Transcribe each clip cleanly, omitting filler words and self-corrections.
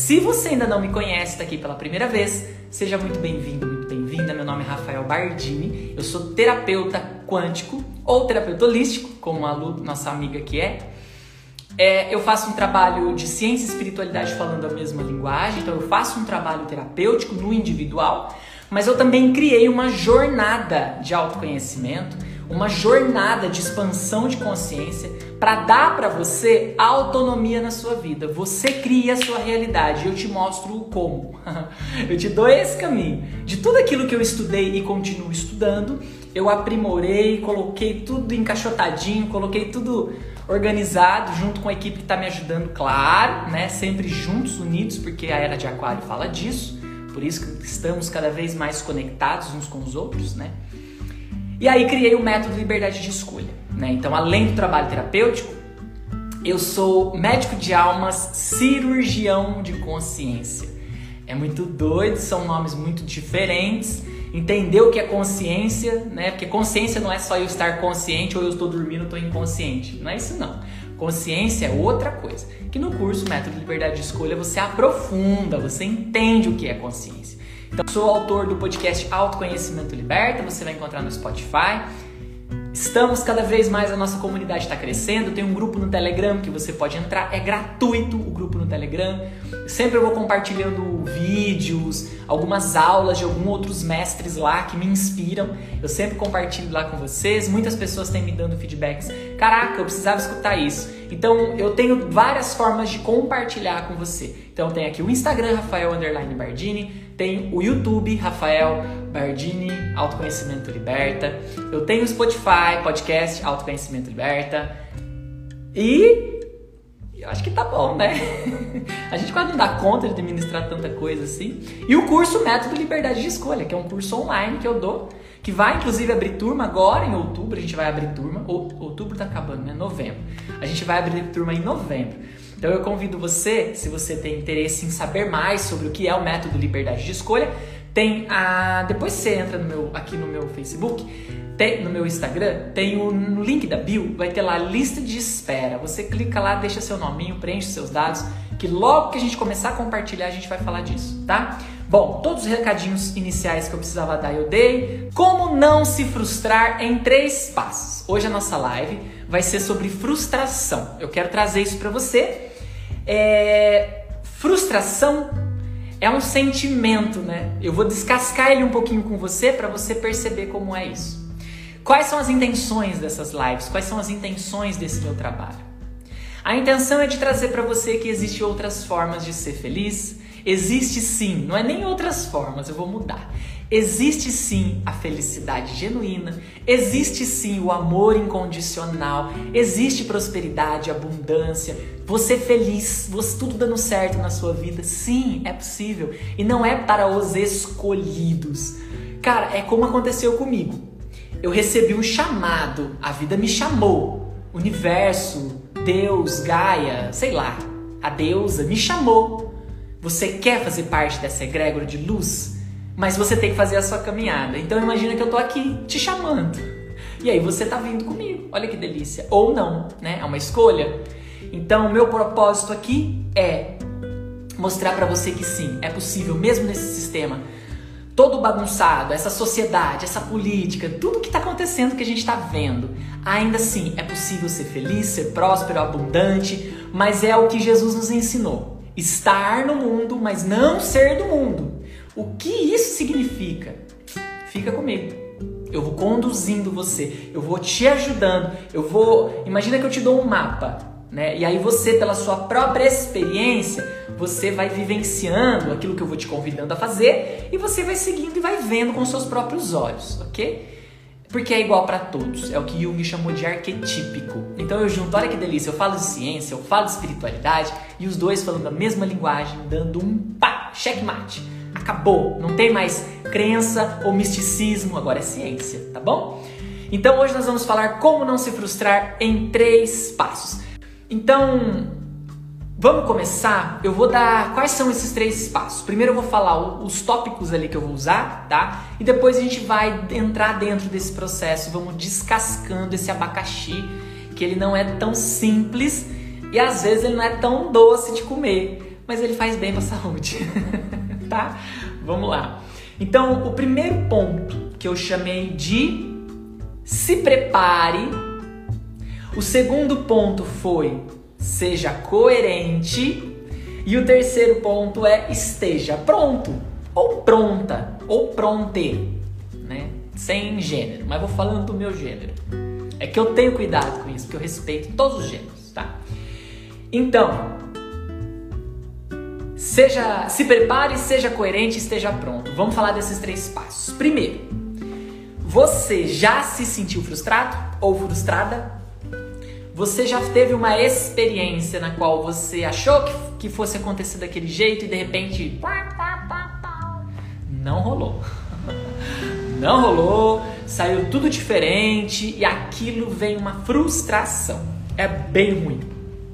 Se você ainda não me conhece, está aqui pela primeira vez, seja muito bem-vindo, muito bem-vinda. Meu nome é Rafael Bardini, eu sou terapeuta quântico ou terapeuta holístico, como a Lu, nossa amiga aqui eu faço um trabalho de ciência e espiritualidade falando a mesma linguagem, então eu faço um trabalho terapêutico no individual, mas eu também criei uma jornada de autoconhecimento, uma jornada de expansão de consciência para dar para você autonomia na sua vida. Você cria a sua realidade e eu te mostro o como. Eu te dou esse caminho. De tudo aquilo que eu estudei e continuo estudando, eu aprimorei, coloquei tudo encaixotadinho, coloquei tudo organizado junto com a equipe que está me ajudando, claro, né? Sempre juntos, unidos, porque a Era de Aquário fala disso. Por isso que estamos cada vez mais conectados uns com os outros, né? E aí criei o método Liberdade de Escolha, né? Então, além do trabalho terapêutico, eu sou médico de almas, cirurgião de consciência. É muito doido, são nomes muito diferentes. Entender o que é consciência, né? Porque consciência não é só eu estar consciente ou eu estou dormindo, estou inconsciente. Não é isso não. Consciência é outra coisa. Que no curso Método Liberdade de Escolha você aprofunda, você entende o que é consciência. Então, sou autor do podcast Autoconhecimento Liberta, você vai encontrar no Spotify. Estamos cada vez mais, a nossa comunidade está crescendo, tem um grupo no Telegram que você pode entrar, é gratuito o grupo no Telegram. Sempre eu vou compartilhando vídeos, algumas aulas de alguns outros mestres lá que me inspiram. Eu sempre compartilho lá com vocês, muitas pessoas têm me dando feedbacks. Caraca, eu precisava escutar isso. Então eu tenho várias formas de compartilhar com você. Então tem aqui o Instagram, Rafael_Bardini, tem o YouTube, Rafael Bardini, Autoconhecimento Liberta. Eu tenho o Spotify, podcast, Autoconhecimento Liberta. E eu acho que tá bom, né? A gente quase não dá conta de administrar tanta coisa assim. E o curso Método Liberdade de Escolha, que é um curso online que eu dou, que vai inclusive abrir turma agora em outubro. A gente vai abrir turma, outubro tá acabando, né? Novembro. A gente vai abrir turma em novembro. Então eu convido você, se você tem interesse em saber mais sobre o que é o Método Liberdade de Escolha, depois você entra aqui no meu Facebook, no meu Instagram, tem no link da bio, vai ter lá a lista de espera. Você clica lá, deixa seu nominho, preenche seus dados, que logo que a gente começar a compartilhar, a gente vai falar disso, tá? Bom, todos os recadinhos iniciais que eu precisava dar eu dei. Como não se frustrar em 3 passos. Hoje a nossa live vai ser sobre frustração. Eu quero trazer isso para você. Frustração é um sentimento, né? Eu vou descascar ele um pouquinho com você para você perceber como é isso. Quais são as intenções dessas lives? Quais são as intenções desse meu trabalho? A intenção é de trazer para você que existem outras formas de ser feliz. Existe sim, não é nem outras formas, eu vou mudar. Existe sim a felicidade genuína, existe sim o amor incondicional, existe prosperidade, abundância, você feliz, tudo dando certo na sua vida. Sim, é possível. E não é para os escolhidos. Cara, é como aconteceu comigo. Eu recebi um chamado, a vida me chamou, o universo, Deus, Gaia, sei lá, a deusa me chamou. Você quer fazer parte dessa egrégora de luz? Mas você tem que fazer a sua caminhada. Então imagina que eu tô aqui te chamando. E aí você tá vindo comigo. Olha que delícia. Ou não, né? É uma escolha. Então o meu propósito aqui é mostrar pra você que sim, é possível mesmo nesse sistema todo bagunçado, essa sociedade, essa política, tudo que tá acontecendo que a gente tá vendo. Ainda assim, é possível ser feliz, ser próspero, abundante, mas é o que Jesus nos ensinou. Estar no mundo, mas não ser do mundo. O que isso significa? Fica comigo. Eu vou conduzindo você, eu vou te ajudando, imagina que eu te dou um mapa, né? E aí você, pela sua própria experiência, você vai vivenciando aquilo que eu vou te convidando a fazer e você vai seguindo e vai vendo com seus próprios olhos, ok? Porque é igual para todos, é o que Jung chamou de arquetípico. Então eu junto, olha que delícia, eu falo de ciência, eu falo de espiritualidade e os dois falando a mesma linguagem, dando um checkmate. Acabou, não tem mais crença ou misticismo, agora é ciência, tá bom? Então hoje nós vamos falar como não se frustrar em 3 passos. Então, vamos começar? Eu vou dar quais são esses 3 passos. Primeiro eu vou falar os tópicos ali que eu vou usar, tá? E depois a gente vai entrar dentro desse processo, vamos descascando esse abacaxi, que ele não é tão simples e às vezes ele não é tão doce de comer. mas ele faz bem para a saúde, tá? Vamos lá. Então, o primeiro ponto que eu chamei de se prepare. O segundo ponto foi seja coerente. E o terceiro ponto é esteja pronto, ou pronta, ou pronte, né? Sem gênero, mas vou falando do meu gênero. É que eu tenho cuidado com isso, porque eu respeito todos os gêneros, tá? Então, se prepare, seja coerente, esteja pronto. Vamos falar desses 3 passos. Primeiro, você já se sentiu frustrado ou frustrada? Você já teve uma experiência na qual você achou que fosse acontecer daquele jeito e de repente não rolou. Não rolou, saiu tudo diferente e aquilo vem uma frustração. É bem ruim.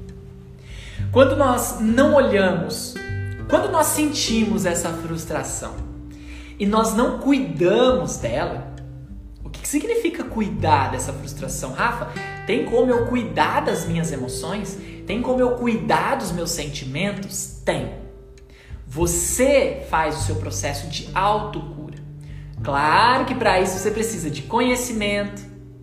Quando nós não olhamos, quando nós sentimos essa frustração e nós não cuidamos dela, o que significa cuidar dessa frustração? Rafa, tem como eu cuidar das minhas emoções? Tem como eu cuidar dos meus sentimentos? Tem. Você faz o seu processo de autocura. Claro que para isso você precisa de conhecimento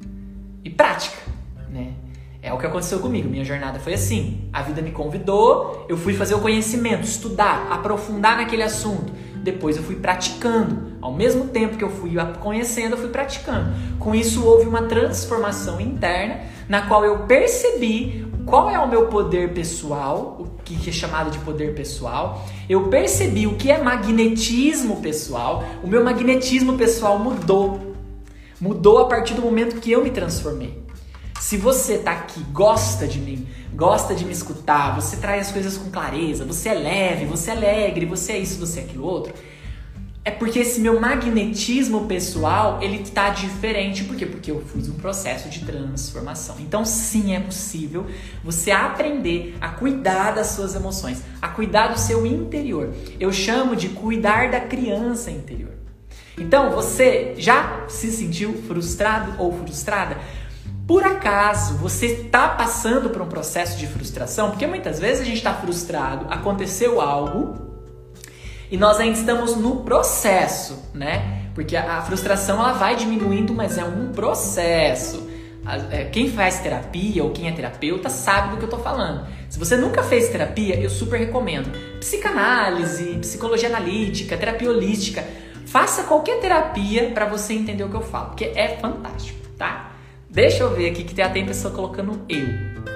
e prática, né? É o que aconteceu comigo, minha jornada foi assim. A vida me convidou, eu fui fazer o conhecimento, estudar, aprofundar naquele assunto. Depois eu fui praticando. Ao mesmo tempo que eu fui conhecendo, eu fui praticando. Com isso houve uma transformação interna na qual eu percebi qual é o meu poder pessoal, o que é chamado de poder pessoal. Eu percebi o que é magnetismo pessoal. O meu magnetismo pessoal mudou. Mudou a partir do momento que eu me transformei. Se você tá aqui, gosta de mim, gosta de me escutar, você traz as coisas com clareza, você é leve, você é alegre, você é isso, você é aquilo outro, é porque esse meu magnetismo pessoal, ele tá diferente. Por quê? Porque eu fiz um processo de transformação. Então sim, é possível você aprender a cuidar das suas emoções, a cuidar do seu interior. Eu chamo de cuidar da criança interior. Então, você já se sentiu frustrado ou frustrada? Por acaso você está passando por um processo de frustração? Porque muitas vezes a gente está frustrado, aconteceu algo e nós ainda estamos no processo, né? Porque a frustração ela vai diminuindo, mas é um processo. Quem faz terapia ou quem é terapeuta sabe do que eu tô falando. Se você nunca fez terapia, eu super recomendo. Psicanálise, psicologia analítica, terapia holística. Faça qualquer terapia para você entender o que eu falo, porque é fantástico, tá? Deixa eu ver aqui que tem pessoa colocando eu.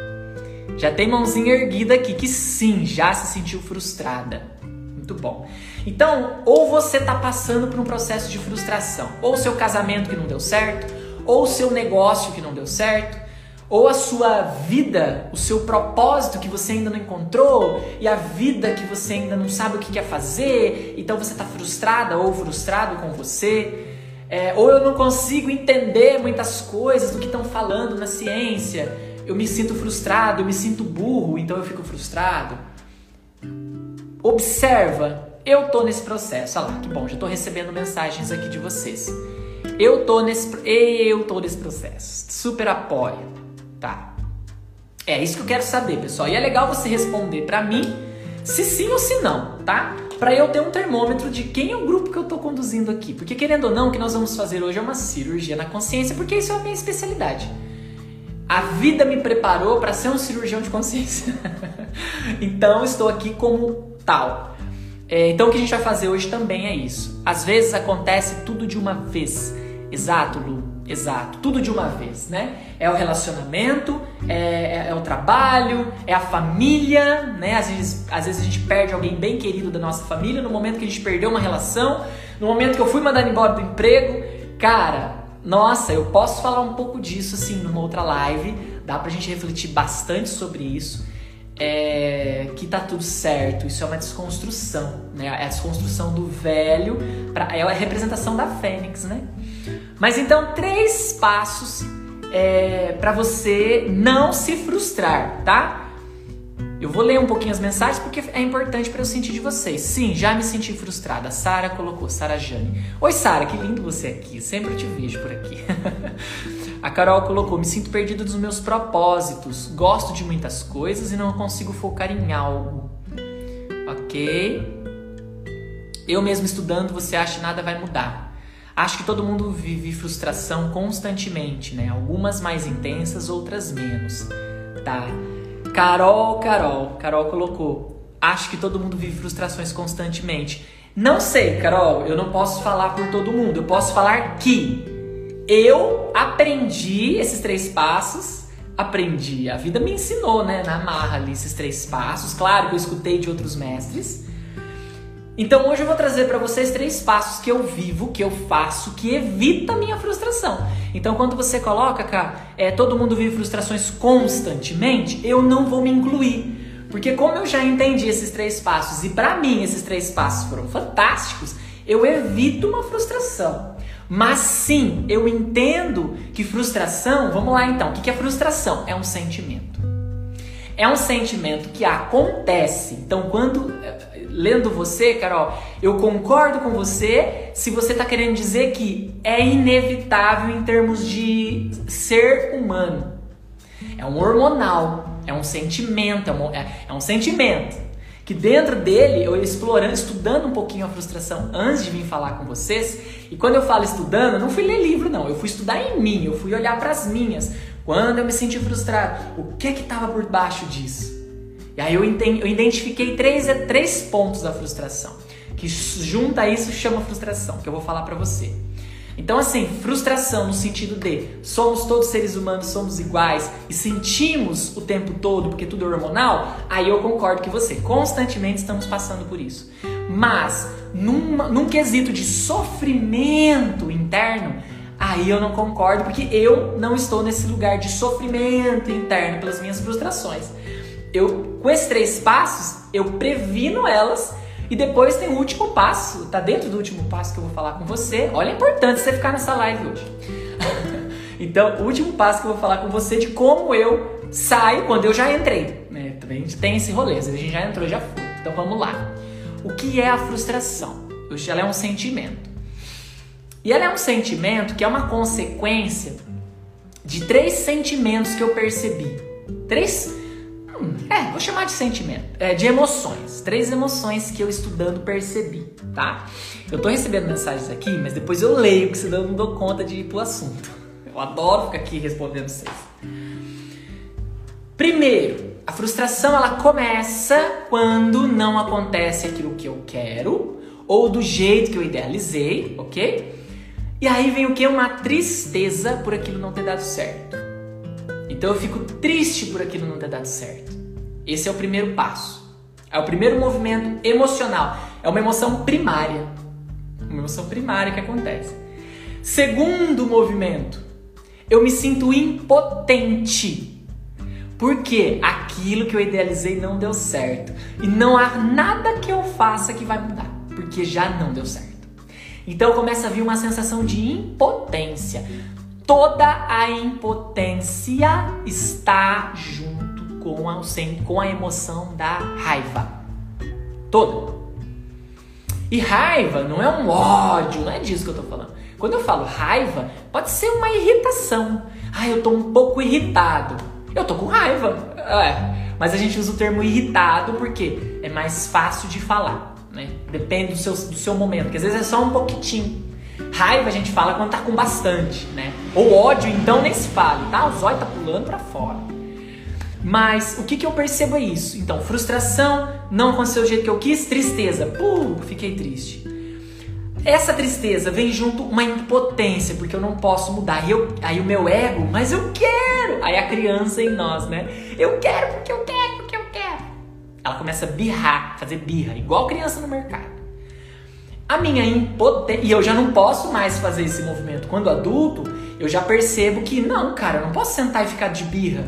Já tem mãozinha erguida aqui que sim, já se sentiu frustrada. Muito bom. Então, ou você tá passando por um processo de frustração, ou o seu casamento que não deu certo, ou o seu negócio que não deu certo, ou a sua vida, o seu propósito que você ainda não encontrou, e a vida que você ainda não sabe o que quer fazer, então você tá frustrada ou frustrado com você. Ou eu não consigo entender muitas coisas do que estão falando na ciência. Eu me sinto frustrado, eu me sinto burro, então eu fico frustrado. Observa, eu tô nesse processo. Olha lá, que bom, já tô recebendo mensagens aqui de vocês. Eu tô nesse processo. Super apoio, tá? É isso que eu quero saber, pessoal. E é legal você responder pra mim se sim ou se não, tá? Pra eu ter um termômetro de quem é o grupo que eu tô conduzindo aqui. Porque querendo ou não, o que nós vamos fazer hoje é uma cirurgia na consciência, porque isso é a minha especialidade. A vida me preparou para ser um cirurgião de consciência. Então, estou aqui como tal. Então, o que a gente vai fazer hoje também é isso. Às vezes acontece tudo de uma vez. Exato, Lu. Exato. Tudo de uma vez, né? É o relacionamento, é o trabalho, é a família, né? Às vezes a gente perde alguém bem querido da nossa família, no momento que a gente perdeu uma relação, no momento que eu fui mandado embora do emprego. Cara, nossa, eu posso falar um pouco disso, assim, numa outra live. Dá pra gente refletir bastante sobre isso. Que tá tudo certo. Isso é uma desconstrução, né? É a desconstrução do velho, é a representação da Fênix, né? Mas então, 3 passos para você não se frustrar, tá? Eu vou ler um pouquinho as mensagens porque é importante para eu sentir de vocês. Sim, já me senti frustrada. A Sara colocou, Sara Jane. Oi, Sara, que lindo você aqui. Sempre te vejo por aqui. A Carol colocou, me sinto perdido dos meus propósitos. Gosto de muitas coisas e não consigo focar em algo. ok. Eu mesmo estudando, você acha que nada vai mudar. Acho que todo mundo vive frustração constantemente, né? Algumas mais intensas, outras menos. Tá. Carol colocou. Acho que todo mundo vive frustrações constantemente. Não sei, Carol, eu não posso falar por todo mundo. Eu posso falar que eu aprendi esses 3 passos. A vida me ensinou, né? Na marra ali, esses 3 passos. Claro que eu escutei de outros mestres. Então hoje eu vou trazer para vocês 3 passos que eu vivo, que eu faço, que evita a minha frustração. Então quando você coloca, cara, todo mundo vive frustrações constantemente, eu não vou me incluir. Porque como eu já entendi esses 3 passos e para mim esses 3 passos foram fantásticos, eu evito uma frustração. Mas sim, eu entendo que frustração, vamos lá então, o que é frustração? É um sentimento. É um sentimento que acontece. Então quando... Lendo você, Carol, eu concordo com você se você está querendo dizer que é inevitável em termos de ser humano. É um hormonal, é um sentimento, é um sentimento que dentro dele, eu estudando um pouquinho a frustração antes de vir falar com vocês, e quando eu falo estudando, eu não fui ler livro não, eu fui estudar em mim, eu fui olhar para as minhas, quando eu me senti frustrado, o que estava por baixo disso? E aí eu identifiquei 3 pontos da frustração, que junta a isso chama frustração, que eu vou falar pra você. Então assim, frustração no sentido de somos todos seres humanos, somos iguais e sentimos o tempo todo porque tudo é hormonal, aí eu concordo que você, constantemente estamos passando por isso. Mas num quesito de sofrimento interno, aí eu não concordo porque eu não estou nesse lugar de sofrimento interno pelas minhas frustrações. Com esses 3 passos, eu previno elas e depois tem o último passo, tá dentro do último passo que eu vou falar com você. Olha, é importante você ficar nessa live hoje. Então, o último passo que eu vou falar com você de como eu saio quando eu já entrei. Né? Também a gente tem esse rolê, a gente já entrou, já foi. Então vamos lá. O que é a frustração? Ela é um sentimento. E ela é um sentimento que é uma consequência de 3 sentimentos que eu percebi. 3? Vou chamar de sentimento, de emoções. 3 emoções que eu estudando percebi, tá? Eu tô recebendo mensagens aqui, mas depois eu leio, que senão eu não dou conta de ir pro assunto. Eu adoro ficar aqui respondendo vocês. Primeiro, a frustração ela começa quando não acontece aquilo que eu quero ou do jeito que eu idealizei, ok? E aí vem o quê? Uma tristeza por aquilo não ter dado certo. Então eu fico triste por aquilo não ter dado certo. Esse é o primeiro passo. É o primeiro movimento emocional. É uma emoção primária. Uma emoção primária que acontece. Segundo movimento, eu me sinto impotente. Porque aquilo que eu idealizei não deu certo. E não há nada que eu faça que vai mudar. Porque já não deu certo. Então começa a vir uma sensação de impotência. Toda a impotência está junto com a emoção da raiva. Toda. E raiva não é um ódio, não é disso que eu tô falando. Quando eu falo raiva, pode ser uma irritação. Eu tô um pouco irritado. Eu tô com raiva. Mas a gente usa o termo irritado porque é mais fácil de falar, né? Depende do seu momento, porque às vezes é só um pouquinho. Raiva a gente fala quando tá com bastante, né? Ou ódio, então nem se fale, tá? O zóio tá pulando pra fora. Mas o que eu percebo é isso. Então, frustração, não aconteceu do jeito que eu quis, tristeza. Fiquei triste. Essa tristeza vem junto uma impotência, porque eu não posso mudar. Aí o meu ego, mas eu quero. Aí a criança em nós, né? Eu quero porque eu quero, porque eu quero. Ela começa a birrar, fazer birra, igual criança no mercado. A minha impotência, e eu já não posso mais fazer esse movimento. Quando adulto, eu já percebo que não, cara, eu não posso sentar e ficar de birra.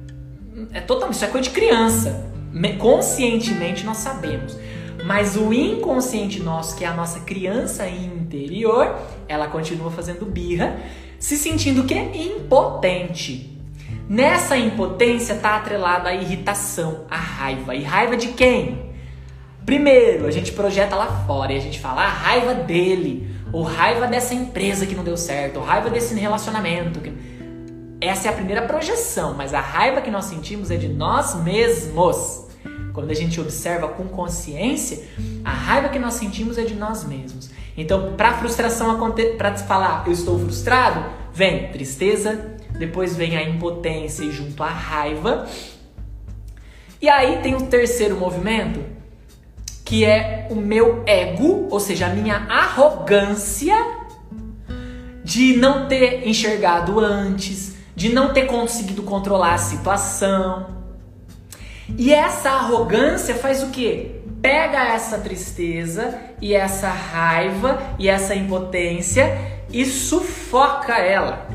Isso é coisa de criança. Conscientemente nós sabemos. Mas o inconsciente nosso, que é a nossa criança interior, ela continua fazendo birra, se sentindo o quê? Impotente. Nessa impotência está atrelada a irritação, a raiva. E raiva de quem? Primeiro, a gente projeta lá fora e a gente fala a raiva dele, ou raiva dessa empresa que não deu certo, ou raiva desse relacionamento. Essa é a primeira projeção, mas a raiva que nós sentimos é de nós mesmos. Quando a gente observa com consciência, a raiva que nós sentimos é de nós mesmos. Então, para a frustração para falar eu estou frustrado, vem tristeza, depois vem a impotência e junto à raiva. E aí tem o terceiro movimento, que é o meu ego, ou seja, a minha arrogância de não ter enxergado antes, de não ter conseguido controlar a situação. E essa arrogância faz o quê? Pega essa tristeza e essa raiva e essa impotência e sufoca ela.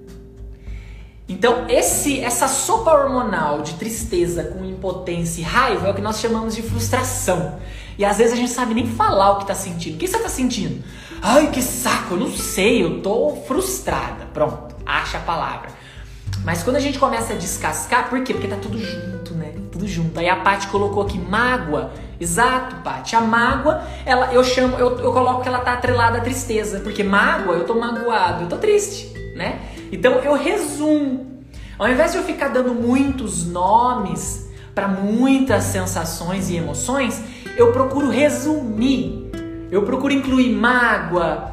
Então essa sopa hormonal de tristeza com impotência e raiva é o que nós chamamos de frustração. E às vezes a gente sabe nem falar o que está sentindo. O que você está sentindo? Ai, que saco, eu não sei, eu tô frustrada. Pronto, acha a palavra. Mas quando a gente começa a descascar, por quê? Porque tá tudo junto, né? Tudo junto. Aí a Paty colocou aqui mágoa. Exato, Paty. A mágoa, eu coloco que ela tá atrelada à tristeza. Porque mágoa, eu tô magoado, eu tô triste, né? Então eu resumo. Ao invés de eu ficar dando muitos nomes para muitas sensações e emoções, eu procuro resumir. Eu procuro incluir mágoa,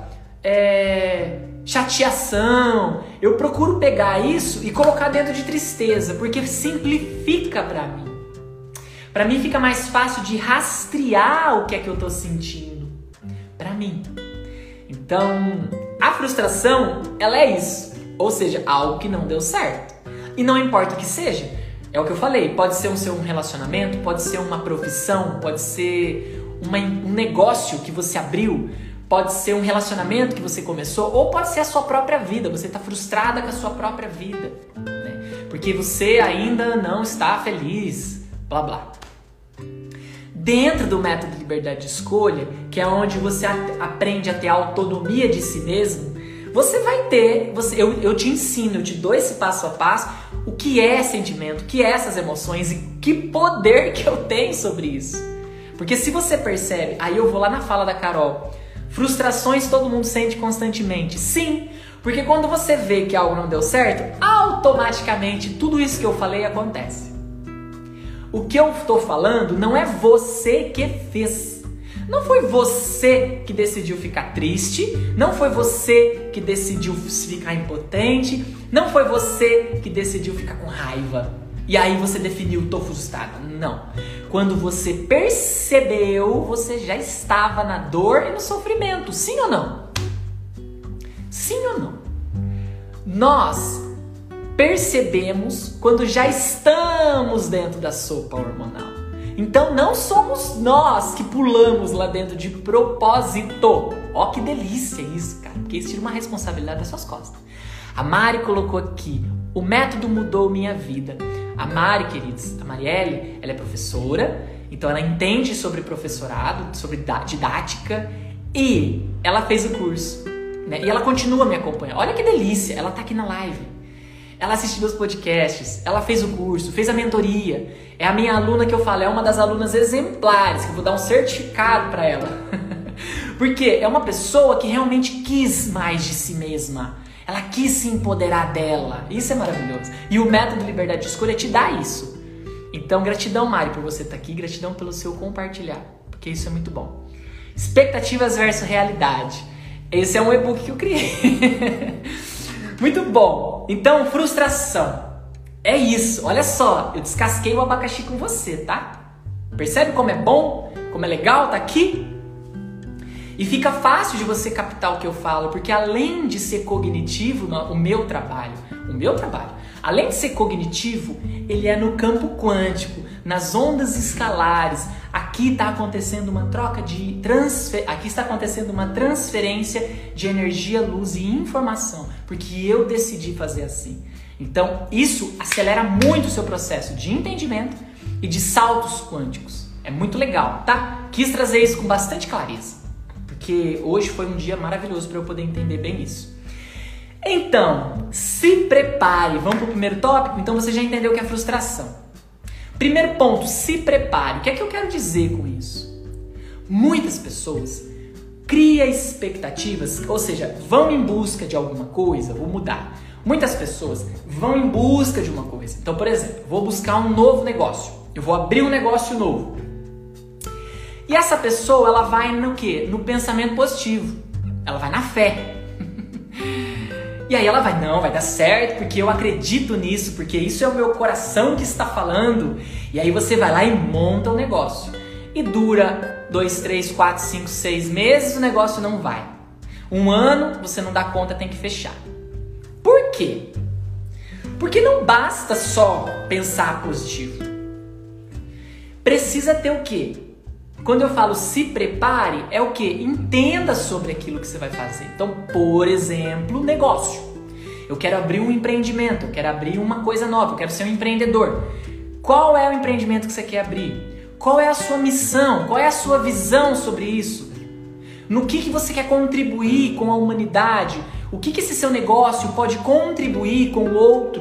chateação. Eu procuro pegar isso e colocar dentro de tristeza, porque simplifica para mim. Para mim fica mais fácil de rastrear o que é que eu tô sentindo. Para mim. Então, a frustração, ela é isso. Ou seja, algo que não deu certo. E não importa o que seja. É o que eu falei. Pode ser um relacionamento, pode ser uma profissão, pode ser um negócio que você abriu, pode ser um relacionamento que você começou, ou pode ser a sua própria vida. Você está frustrada com a sua própria vida, né? Porque você ainda não está feliz, blá blá. Dentro do método de liberdade de escolha, que é onde você aprende a ter autonomia de si mesmo, você vai ter, eu te ensino, eu te dou esse passo a passo, o que é sentimento, o que é essas emoções e que poder que eu tenho sobre isso. Porque se você percebe, aí eu vou lá na fala da Carol, frustrações todo mundo sente constantemente. Sim, porque quando você vê que algo não deu certo, automaticamente tudo isso que eu falei acontece. O que eu estou falando não é você que fez. Não foi você que decidiu ficar triste, não foi você que decidiu ficar impotente, não foi você que decidiu ficar com raiva. E aí você definiu, tô frustrada. Não. Quando você percebeu, você já estava na dor e no sofrimento. Sim ou não? Sim ou não? Nós percebemos quando já estamos dentro da sopa hormonal. Então não somos nós que pulamos lá dentro de propósito. Ó que delícia isso, cara. Porque isso tira uma responsabilidade das suas costas. A Mari colocou aqui, o método mudou minha vida. A Mari, queridos, a Marielle, ela é professora, então ela entende sobre professorado, sobre didática, e ela fez o curso, né? E ela continua me acompanhando. Olha que delícia, ela tá aqui na live. Ela assistiu meus podcasts, ela fez o curso, fez a mentoria. É a minha aluna que eu falo, é uma das alunas exemplares, que eu vou dar um certificado para ela. Porque é uma pessoa que realmente quis mais de si mesma. Ela quis se empoderar dela. Isso é maravilhoso. E o método de liberdade de escolha te dá isso. Então, gratidão, Mari, por você estar aqui. Gratidão pelo seu compartilhar. Porque isso é muito bom. Expectativas versus realidade. Esse é um e-book que eu criei. Muito bom. Então, frustração. É isso. Olha só. Eu descasquei o abacaxi com você, tá? Percebe como é bom? Como é legal tá aqui? E fica fácil de você captar o que eu falo, porque além de ser cognitivo, o meu trabalho, além de ser cognitivo, ele é no campo quântico, nas ondas escalares. Aqui está acontecendo uma aqui está acontecendo uma transferência de energia, luz e informação, porque eu decidi fazer assim. Então, isso acelera muito o seu processo de entendimento e de saltos quânticos. É muito legal, tá? Quis trazer isso com bastante clareza. Porque hoje foi um dia maravilhoso para eu poder entender bem isso. Então, se prepare. Vamos para o primeiro tópico? Então você já entendeu o que é frustração. Primeiro ponto, se prepare. O que é que eu quero dizer com isso? Muitas pessoas criam expectativas, ou seja, vão em busca de alguma coisa, vou mudar. Muitas pessoas vão em busca de uma coisa. Então, por exemplo, vou buscar um novo negócio. Eu vou abrir um negócio novo. E essa pessoa, ela vai no quê? No pensamento positivo. Ela vai na fé. E aí ela vai, não, vai dar certo, porque eu acredito nisso, porque isso é o meu coração que está falando. E aí você vai lá e monta o negócio. E dura 2, 3, 4, 5, 6 meses, o negócio não vai. 1 ano, você não dá conta, tem que fechar. Por quê? Porque não basta só pensar positivo. Precisa ter o quê? Quando eu falo se prepare, é o quê? Entenda sobre aquilo que você vai fazer. Então, por exemplo, negócio. Eu quero abrir um empreendimento, eu quero abrir uma coisa nova, eu quero ser um empreendedor. Qual é o empreendimento que você quer abrir? Qual é a sua missão? Qual é a sua visão sobre isso? No que você quer contribuir com a humanidade? O que esse seu negócio pode contribuir com o outro?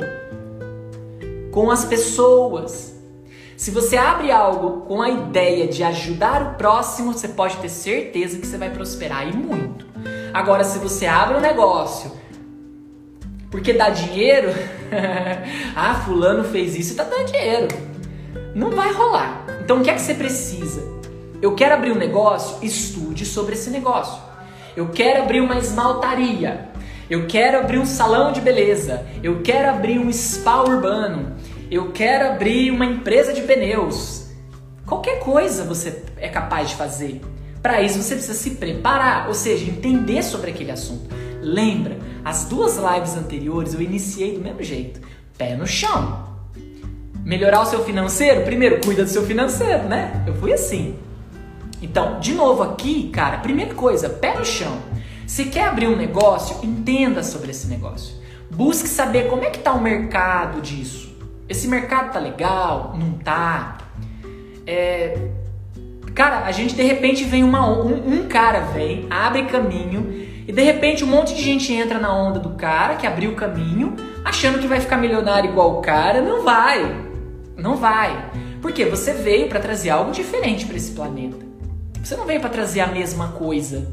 Com as pessoas? Se você abre algo com a ideia de ajudar o próximo, você pode ter certeza que você vai prosperar e muito. Agora, se você abre um negócio porque dá dinheiro, ah, fulano fez isso e tá dando dinheiro. Não vai rolar. Então, o que é que você precisa? Eu quero abrir um negócio, estude sobre esse negócio. Eu quero abrir uma esmaltaria. Eu quero abrir um salão de beleza. Eu quero abrir um spa urbano. Eu quero abrir uma empresa de pneus. Qualquer coisa você é capaz de fazer. Para isso você precisa se preparar, ou seja, entender sobre aquele assunto. Lembra, as 2 lives anteriores eu iniciei do mesmo jeito. Pé no chão. Melhorar o seu financeiro? Primeiro, cuida do seu financeiro, né? Eu fui assim. Então, de novo aqui, cara, primeira coisa, pé no chão. Se quer abrir um negócio, entenda sobre esse negócio. Busque saber como é que tá o mercado disso. Esse mercado tá legal? Não tá? Cara, a gente de repente vem um cara vem, abre caminho e de repente um monte de gente entra na onda do cara que abriu o caminho, achando que vai ficar milionário igual o cara. Não vai. Não vai. Porque você veio para trazer algo diferente para esse planeta. Você não veio para trazer a mesma coisa.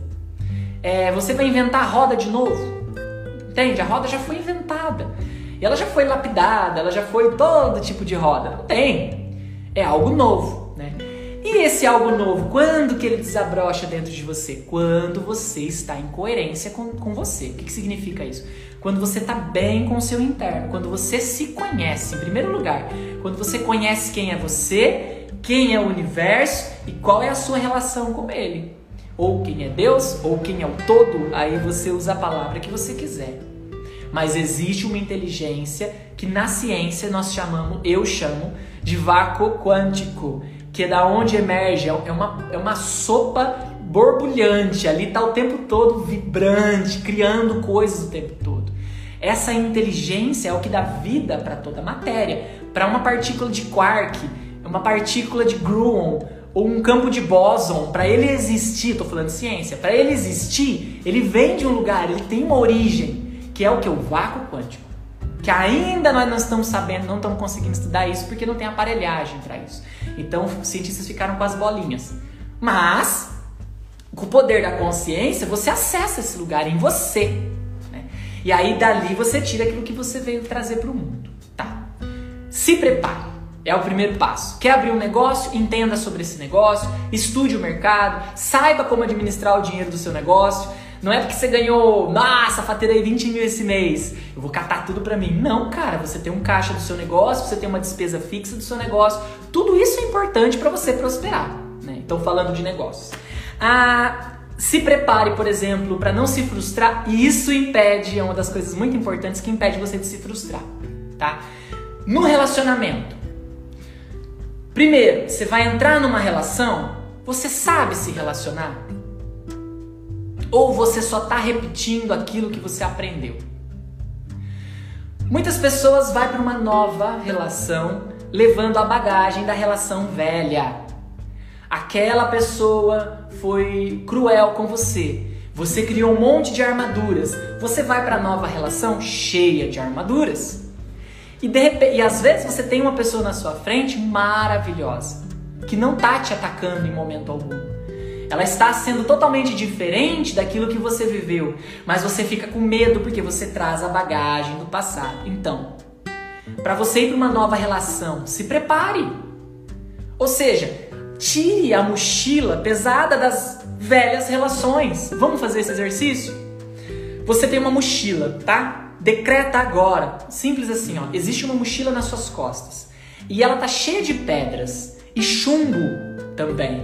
Você vai inventar a roda de novo. Entende? A roda já foi inventada. E ela já foi lapidada, ela já foi todo tipo de roda. Não tem. É algo novo, né? E esse algo novo, quando que ele desabrocha dentro de você? Quando você está em coerência com você. O que significa isso? Quando você está bem com o seu interno. Quando você se conhece, em primeiro lugar. Quando você conhece quem é você, quem é o universo e qual é a sua relação com ele. Ou quem é Deus, ou quem é o todo, aí você usa a palavra que você quiser. Mas existe uma inteligência que na ciência eu chamo de vácuo quântico, que é da onde emerge, é uma sopa borbulhante, ali está o tempo todo vibrante, criando coisas o tempo todo. Essa inteligência é o que dá vida para toda a matéria, para uma partícula de quark, uma partícula de gluon, ou um campo de bóson, para ele existir, estou falando de ciência, para ele existir, ele vem de um lugar, ele tem uma origem, que é o que? O vácuo quântico. Que ainda nós não estamos sabendo, não estamos conseguindo estudar isso porque não tem aparelhagem para isso. Então os cientistas ficaram com as bolinhas. Mas, com o poder da consciência, você acessa esse lugar em você. Né? E aí dali você tira aquilo que você veio trazer para o mundo. Tá? Se prepare. É o primeiro passo. Quer abrir um negócio? Entenda sobre esse negócio. Estude o mercado. Saiba como administrar o dinheiro do seu negócio. Não é porque você ganhou, nossa, faturei 20 mil esse mês, eu vou catar tudo pra mim. Não, cara, você tem um caixa do seu negócio, você tem uma despesa fixa do seu negócio. Tudo isso é importante pra você prosperar, né? Então, falando de negócios. Se prepare, por exemplo, pra não se frustrar. E isso impede, é uma das coisas muito importantes que impede você de se frustrar, tá? No relacionamento. Primeiro, você vai entrar numa relação, você sabe se relacionar? Ou você só está repetindo aquilo que você aprendeu? Muitas pessoas vão para uma nova relação levando a bagagem da relação velha. Aquela pessoa foi cruel com você. Você criou um monte de armaduras. Você vai para a nova relação cheia de armaduras. E às vezes você tem uma pessoa na sua frente maravilhosa, que não está te atacando em momento algum. Ela está sendo totalmente diferente daquilo que você viveu, mas você fica com medo porque você traz a bagagem do passado. Então, para você ir para uma nova relação, se prepare. Ou seja, tire a mochila pesada das velhas relações. Vamos fazer esse exercício? Você tem uma mochila, tá? Decreta agora, simples assim, ó. Existe uma mochila nas suas costas e ela tá cheia de pedras e chumbo também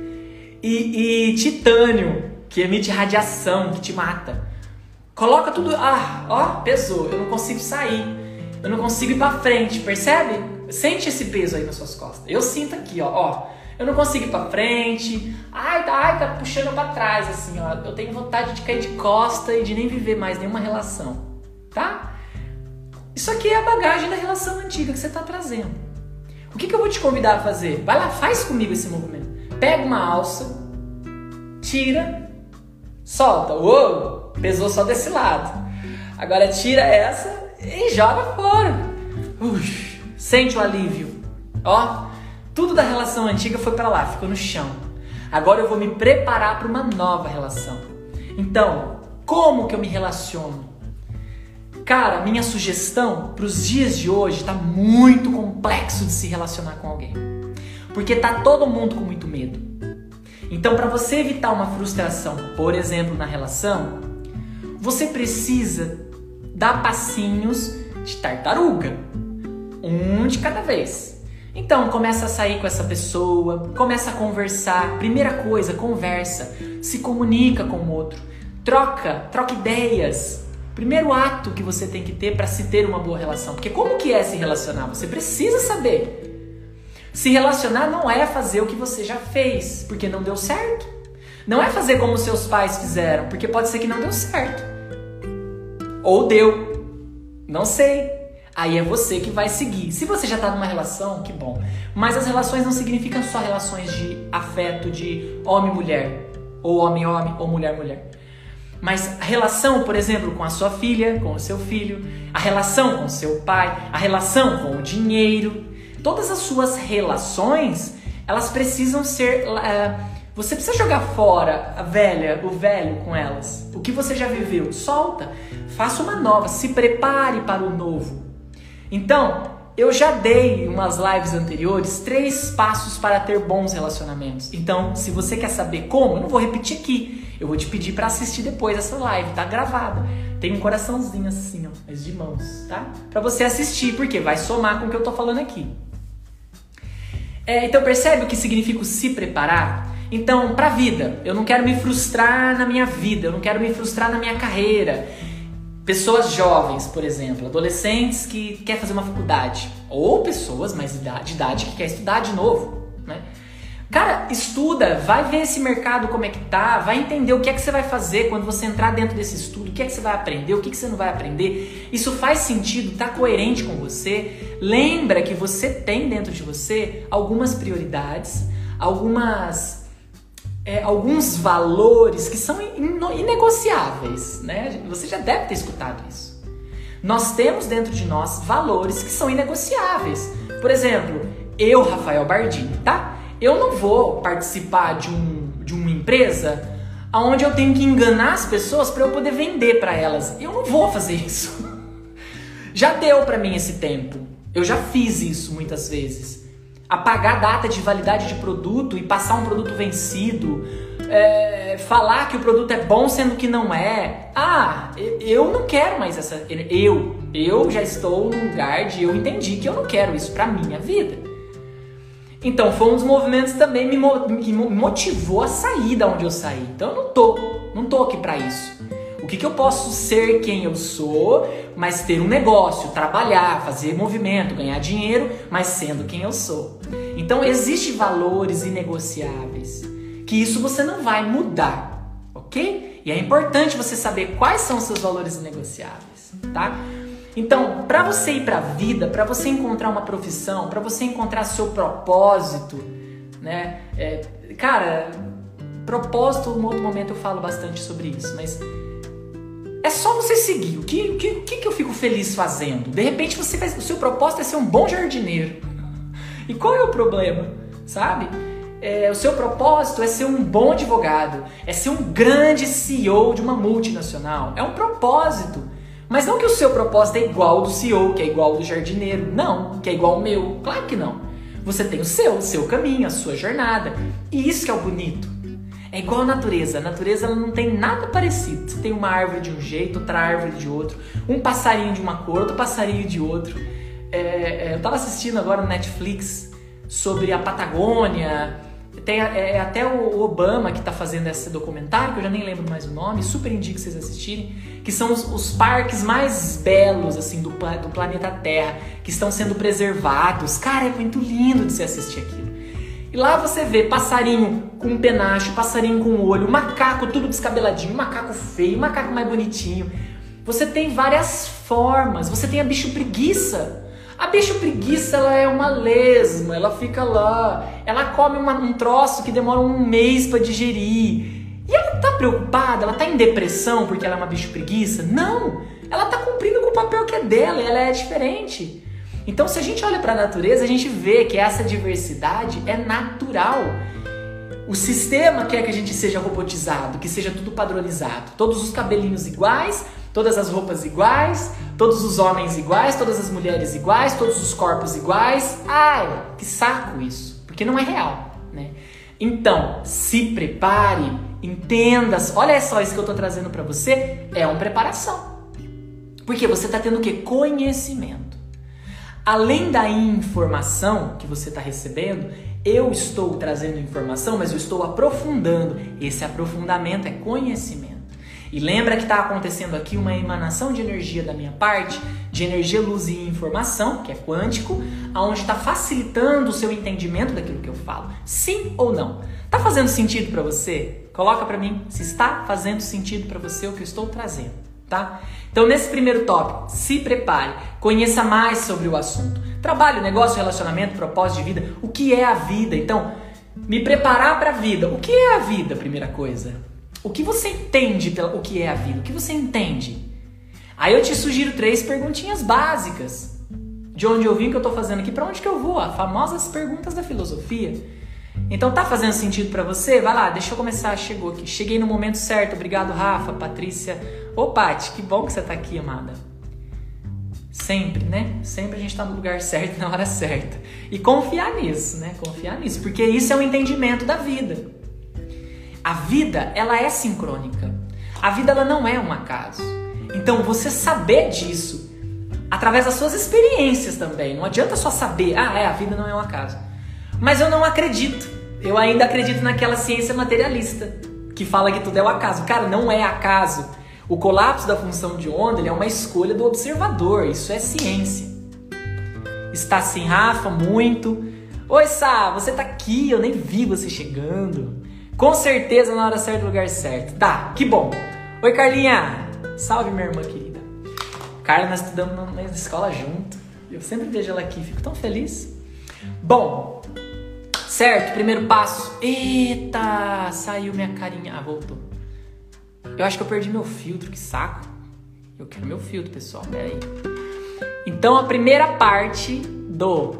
e titânio, que emite radiação, que te mata. Coloca tudo, pesou, eu não consigo sair, eu não consigo ir pra frente, percebe? Sente esse peso aí nas suas costas. Eu sinto aqui, ó, eu não consigo ir pra frente, tá puxando pra trás, assim, ó. Eu tenho vontade de cair de costa e de nem viver mais nenhuma relação, tá? Isso aqui é a bagagem da relação antiga que você tá trazendo. O que eu vou te convidar a fazer? Vai lá, faz comigo esse movimento. Pega uma alça, tira, solta. Uou, pesou só desse lado. Agora tira essa e joga fora. Sente o alívio. Ó, tudo da relação antiga foi pra lá, ficou no chão. Agora eu vou me preparar para uma nova relação. Então, como que eu me relaciono? Cara, minha sugestão para os dias de hoje tá muito complexo de se relacionar com alguém. Porque tá todo mundo com muito medo. Então, para você evitar uma frustração, por exemplo, na relação, você precisa dar passinhos de tartaruga. Um de cada vez. Então, começa a sair com essa pessoa, começa a conversar. Primeira coisa, conversa. Se comunica com o outro. Troca ideias. Primeiro ato que você tem que ter para se ter uma boa relação. Porque como que é se relacionar? Você precisa saber. Se relacionar não é fazer o que você já fez, porque não deu certo. Não é fazer como seus pais fizeram, porque pode ser que não deu certo. Ou deu. Não sei. Aí é você que vai seguir. Se você já está numa relação, que bom. Mas as relações não significam só relações de afeto, de homem-mulher. Ou homem-homem, ou mulher-mulher. Mas a relação, por exemplo, com a sua filha, com o seu filho, a relação com o seu pai, a relação com o dinheiro, todas as suas relações, elas precisam ser... você precisa jogar fora o velho com elas. O que você já viveu, solta. Faça uma nova, se prepare para o novo. Então, eu já dei em umas lives anteriores 3 passos para ter bons relacionamentos. Então, se você quer saber como, eu não vou repetir aqui. Eu vou te pedir para assistir depois essa live, tá gravada. Tem um coraçãozinho assim, ó, mas de mãos, tá? Para você assistir, porque vai somar com o que eu tô falando aqui. Então percebe o que significa o se preparar? Então, pra vida, eu não quero me frustrar na minha vida, eu não quero me frustrar na minha carreira. Pessoas jovens, por exemplo, adolescentes que querem fazer uma faculdade, ou pessoas mais de idade que querem estudar de novo, né? Cara, estuda, vai ver esse mercado como é que tá, vai entender o que é que você vai fazer quando você entrar dentro desse estudo, o que é que você vai aprender, o que você não vai aprender. Isso faz sentido, tá coerente com você. Lembra que você tem dentro de você algumas prioridades, alguns valores que são inegociáveis, né? Você já deve ter escutado isso. Nós temos dentro de nós valores que são inegociáveis. Por exemplo, eu, Rafael Bardini, tá? Eu não vou participar de uma empresa onde eu tenho que enganar as pessoas para eu poder vender para elas. Eu não vou fazer isso. Já deu para mim esse tempo. Eu já fiz isso muitas vezes. Apagar a data de validade de produto e passar um produto vencido. Falar que o produto é bom sendo que não é. Eu não quero mais essa... Eu já estou no lugar de... Eu entendi que eu não quero isso para minha vida. Então, foi um dos movimentos também que me motivou a sair da onde eu saí. Então, eu não tô aqui para isso. O que eu posso ser quem eu sou, mas ter um negócio, trabalhar, fazer movimento, ganhar dinheiro, mas sendo quem eu sou. Então, existem valores inegociáveis, que isso você não vai mudar, ok? E é importante você saber quais são os seus valores inegociáveis, tá? Então, para você ir para a vida, para você encontrar uma profissão, para você encontrar seu propósito, né? Propósito, em outro momento eu falo bastante sobre isso, mas é só você seguir. O que eu fico feliz fazendo? De repente o seu propósito é ser um bom jardineiro. E qual é o problema, sabe? O seu propósito é ser um bom advogado, é ser um grande CEO de uma multinacional. É um propósito. Mas não que o seu propósito é igual ao do CEO, que é igual ao do jardineiro. Não, que é igual ao meu. Claro que não. Você tem o seu caminho, a sua jornada. E isso que é o bonito. É igual a natureza. A natureza ela não tem nada parecido. Você tem uma árvore de um jeito, outra árvore de outro. Um passarinho de uma cor, outro passarinho de outro. Eu tava assistindo agora no Netflix sobre a Patagônia. Tem até o Obama que tá fazendo esse documentário, que eu já nem lembro mais o nome, super indico vocês assistirem, que são os parques mais belos assim, do planeta Terra, que estão sendo preservados. Cara, é muito lindo de se assistir aquilo. E lá você vê passarinho com um penacho, passarinho com um olho, macaco tudo descabeladinho, macaco feio, macaco mais bonitinho. Você tem várias formas, você tem a bicho preguiça. A bicho preguiça, ela é uma lesma, ela fica lá, ela come um troço que demora um mês para digerir. E ela tá preocupada, ela tá em depressão porque ela é uma bicho preguiça? Não! Ela tá cumprindo com o papel que é dela, ela é diferente. Então, se a gente olha para a natureza, a gente vê que essa diversidade é natural. O sistema quer que a gente seja robotizado, que seja tudo padronizado. Todos os cabelinhos iguais, todas as roupas iguais, todos os homens iguais, todas as mulheres iguais, todos os corpos iguais. Ai, que saco isso, porque não é real, né? Então, se prepare, entenda. Olha só isso que eu tô trazendo para você, é uma preparação. Porque você tá tendo o quê? Conhecimento. Além da informação que você está recebendo, eu estou trazendo informação, mas eu estou aprofundando. Esse aprofundamento é conhecimento. E lembra que está acontecendo aqui uma emanação de energia da minha parte, de energia, luz e informação, que é quântico, onde está facilitando o seu entendimento daquilo que eu falo. Sim ou não? Está fazendo sentido para você? Coloca para mim se está fazendo sentido para você o que eu estou trazendo, tá? Então, nesse primeiro tópico, se prepare, conheça mais sobre o assunto. Trabalho, negócio, relacionamento, propósito de vida. O que é a vida? Então, me preparar para a vida. O que é a vida, primeira coisa? O que você entende pelo que é a vida? O que você entende? Aí eu te sugiro 3 perguntinhas básicas. De onde eu vim, o que eu estou fazendo aqui, para onde que eu vou? As famosas perguntas da filosofia. Então, tá fazendo sentido para você? Vai lá, deixa eu começar. Chegou aqui. Cheguei no momento certo. Obrigado, Rafa, Patrícia. Ô, Paty, que bom que você tá aqui, amada. Sempre, né? Sempre a gente tá no lugar certo, na hora certa. E confiar nisso, né? Confiar nisso. Porque isso é um entendimento da vida. A vida, ela é sincrônica. A vida, ela não é um acaso. Então, você saber disso, através das suas experiências também. Não adianta só saber, a vida não é um acaso. Mas eu não acredito. Eu ainda acredito naquela ciência materialista, que fala que tudo é um acaso. Cara, não é acaso. O colapso da função de onda ele é uma escolha do observador. Isso é ciência. Está assim, Rafa, muito. Oi, Sá, você tá aqui, eu nem vi você chegando. Com certeza na hora certa, no lugar certo. Tá, que bom. Oi, Carlinha. Salve, minha irmã querida. Carla, nós estudamos na mesma escola junto. Eu sempre vejo ela aqui, fico tão feliz. Bom, certo, primeiro passo. Eita, saiu minha carinha. Voltou. Eu acho que eu perdi meu filtro, que saco. Eu quero meu filtro, pessoal, pera aí. Então, a primeira parte do...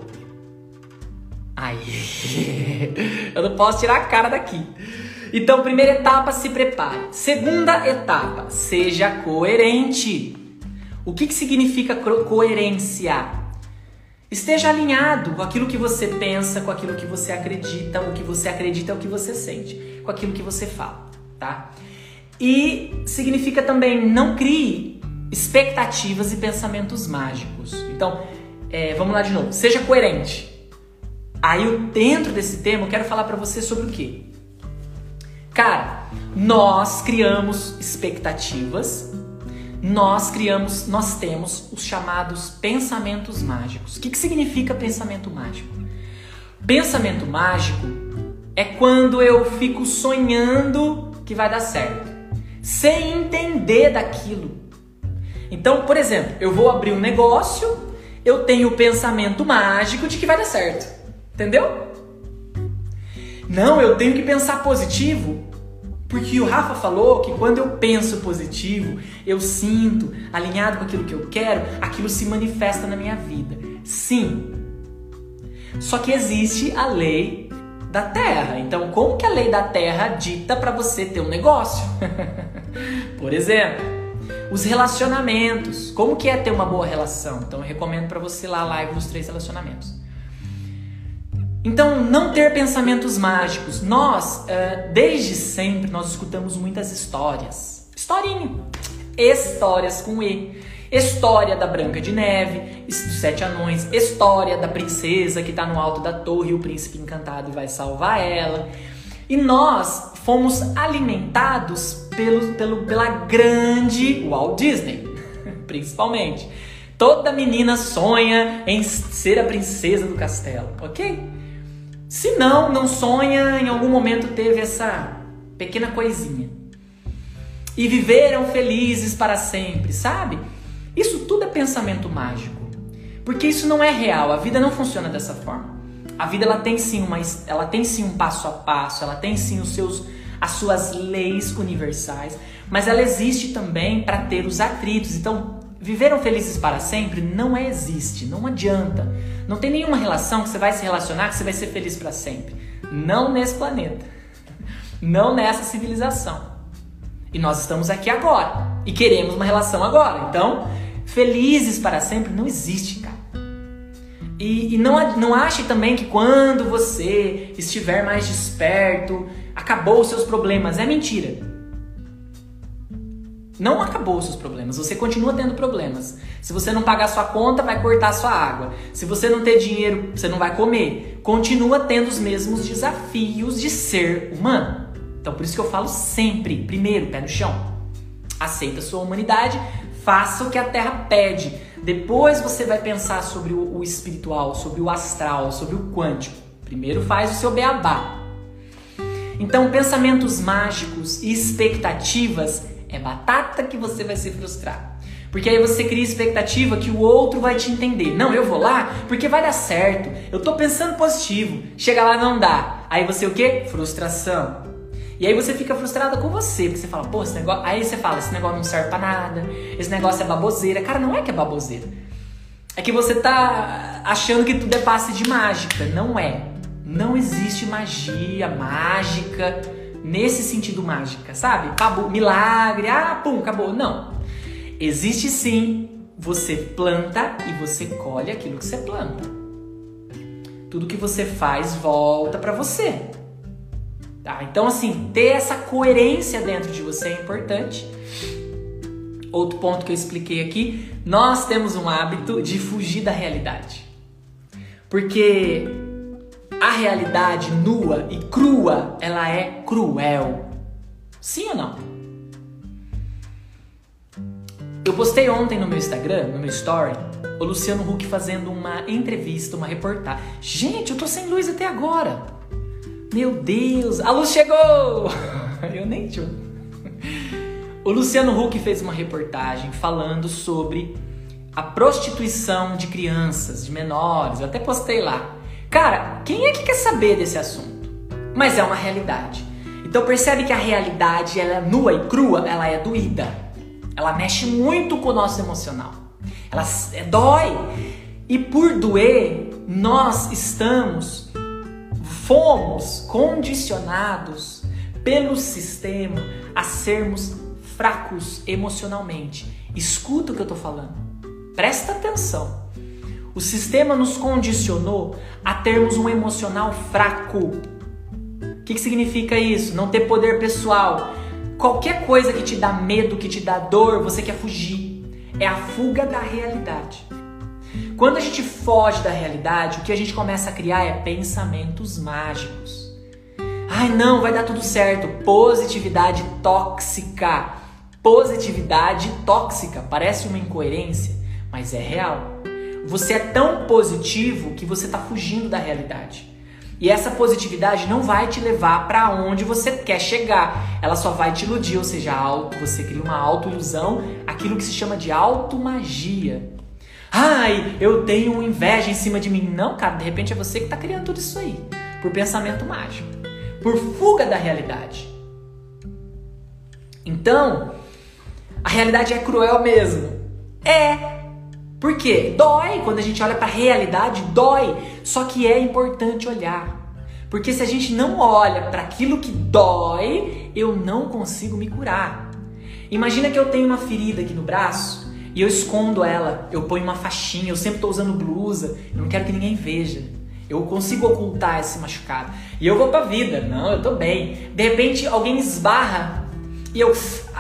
eu não posso tirar a cara daqui. Então, primeira etapa, se prepare. Segunda etapa, seja coerente. O que significa coerência? Esteja alinhado com aquilo que você pensa, com aquilo que você acredita. O que você acredita é o que você sente, com aquilo que você fala, tá? E significa também não crie expectativas e pensamentos mágicos. Então, vamos lá de novo. Seja coerente. Aí, dentro desse tema, eu quero falar pra você sobre o quê? Cara, nós criamos expectativas, nós temos os chamados pensamentos mágicos. O que significa pensamento mágico? Pensamento mágico é quando eu fico sonhando que vai dar certo, sem entender daquilo. Então, por exemplo, eu vou abrir um negócio, eu tenho o pensamento mágico de que vai dar certo. Entendeu? Não, eu tenho que pensar positivo, porque o Rafa falou que quando eu penso positivo, eu sinto alinhado com aquilo que eu quero, aquilo se manifesta na minha vida. Sim. Só que existe a lei da Terra. Então, como que a lei da Terra dita para você ter um negócio? Por exemplo, os relacionamentos. Como que é ter uma boa relação? Então, eu recomendo para você lá a live dos 3 relacionamentos. Então, não ter pensamentos mágicos. Nós, desde sempre, nós escutamos muitas histórias. Historinha. Histórias com E. História da Branca de Neve, dos 7 anões. História da princesa que está no alto da torre e o príncipe encantado vai salvar ela. E nós fomos alimentados pela grande Walt Disney, principalmente. Toda menina sonha em ser a princesa do castelo, ok? Se não sonha, em algum momento teve essa pequena coisinha. E viveram felizes para sempre, sabe? Isso tudo é pensamento mágico. Porque isso não é real, a vida não funciona dessa forma. A vida ela tem sim um passo a passo, ela tem sim as suas leis universais, mas ela existe também para ter os atritos. Então, viveram felizes para sempre não existe, não adianta. Não tem nenhuma relação que você vai se relacionar que você vai ser feliz para sempre. Não nesse planeta. Não nessa civilização. E nós estamos aqui agora. E queremos uma relação agora. Então, felizes para sempre não existe, cara. E não ache também que quando você estiver mais desperto, acabou os seus problemas. É mentira. Não acabou os seus problemas, você continua tendo problemas. Se você não pagar sua conta, vai cortar sua água. Se você não ter dinheiro, você não vai comer. Continua tendo os mesmos desafios de ser humano. Então por isso que eu falo sempre, primeiro, pé no chão. Aceita a sua humanidade, faça o que a Terra pede. Depois você vai pensar sobre o espiritual, sobre o astral, sobre o quântico. Primeiro faz o seu beabá. Então pensamentos mágicos e expectativas é batata que você vai se frustrar. Porque aí você cria expectativa que o outro vai te entender. Não, eu vou lá porque vai dar certo. Eu tô pensando positivo. Chega lá, não dá. Aí você o quê? Frustração. E aí você fica frustrada com você. Porque você fala, pô, esse negócio... Aí você fala, esse negócio não serve pra nada. Esse negócio é baboseira. Cara, não é que é baboseira. É que você tá achando que tudo é passe de mágica. Não é. Não existe magia, mágica... Nesse sentido mágica, sabe? Acabou, milagre, pum, acabou. Não. Existe sim, você planta e você colhe aquilo que você planta. Tudo que você faz volta pra você. Tá? Então, assim, ter essa coerência dentro de você é importante. Outro ponto que eu expliquei aqui, nós temos um hábito de fugir da realidade. Porque... a realidade nua e crua, ela é cruel. Sim ou não? Eu postei ontem no meu Instagram, no meu story, o Luciano Huck fazendo uma entrevista, uma reportagem. Gente, eu tô sem luz até agora. Meu Deus, a luz chegou! Eu nem tinha. O Luciano Huck fez uma reportagem falando sobre a prostituição de crianças, de menores. Eu até postei lá. Cara, quem é que quer saber desse assunto? Mas é uma realidade. Então percebe que a realidade, ela é nua e crua, ela é doída. Ela mexe muito com o nosso emocional. Ela dói. E por doer, nós fomos condicionados pelo sistema a sermos fracos emocionalmente. Escuta o que eu tô falando. Presta atenção. O sistema nos condicionou a termos um emocional fraco. O que significa isso? Não ter poder pessoal. Qualquer coisa que te dá medo, que te dá dor, você quer fugir. É a fuga da realidade. Quando a gente foge da realidade, o que a gente começa a criar é pensamentos mágicos. Ai não, vai dar tudo certo. Positividade tóxica. Positividade tóxica. Parece uma incoerência, mas é real. Você é tão positivo que você está fugindo da realidade. E essa positividade não vai te levar para onde você quer chegar. Ela só vai te iludir, ou seja, você cria uma auto-ilusão, aquilo que se chama de automagia. Ai, eu tenho inveja em cima de mim. Não, cara, de repente é você que está criando tudo isso aí. Por pensamento mágico. Por fuga da realidade. Então, a realidade é cruel mesmo. Por quê? Dói. Quando a gente olha para a realidade, dói. Só que é importante olhar. Porque se a gente não olha para aquilo que dói, eu não consigo me curar. Imagina que eu tenho uma ferida aqui no braço e eu escondo ela. Eu ponho uma faixinha, eu sempre estou usando blusa. Eu não quero que ninguém veja. Eu consigo ocultar esse machucado. E eu vou pra vida. Não, eu tô bem. De repente, alguém esbarra e eu...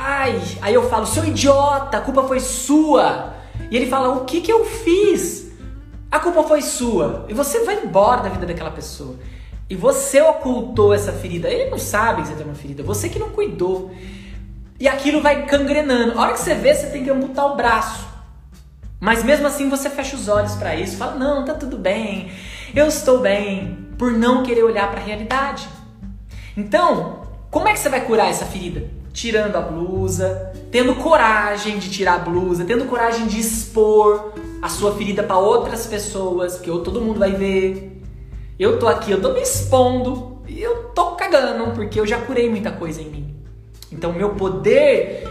Aí eu falo, seu idiota, a culpa foi sua. E ele fala, o que eu fiz? A culpa foi sua. E você vai embora da vida daquela pessoa. E você ocultou essa ferida. Ele não sabe que você tem uma ferida. Você que não cuidou. E aquilo vai gangrenando. A hora que você vê, você tem que amputar o braço. Mas mesmo assim você fecha os olhos pra isso. Fala, não, tá tudo bem. Eu estou bem. Por não querer olhar pra realidade. Então, como é que você vai curar essa ferida? Tirando a blusa. Tendo coragem de tirar a blusa. Tendo coragem de expor a sua ferida pra outras pessoas. Porque todo mundo vai ver. Eu tô aqui, eu tô me expondo. E eu tô cagando. Porque eu já curei muita coisa em mim. Então, o meu poder,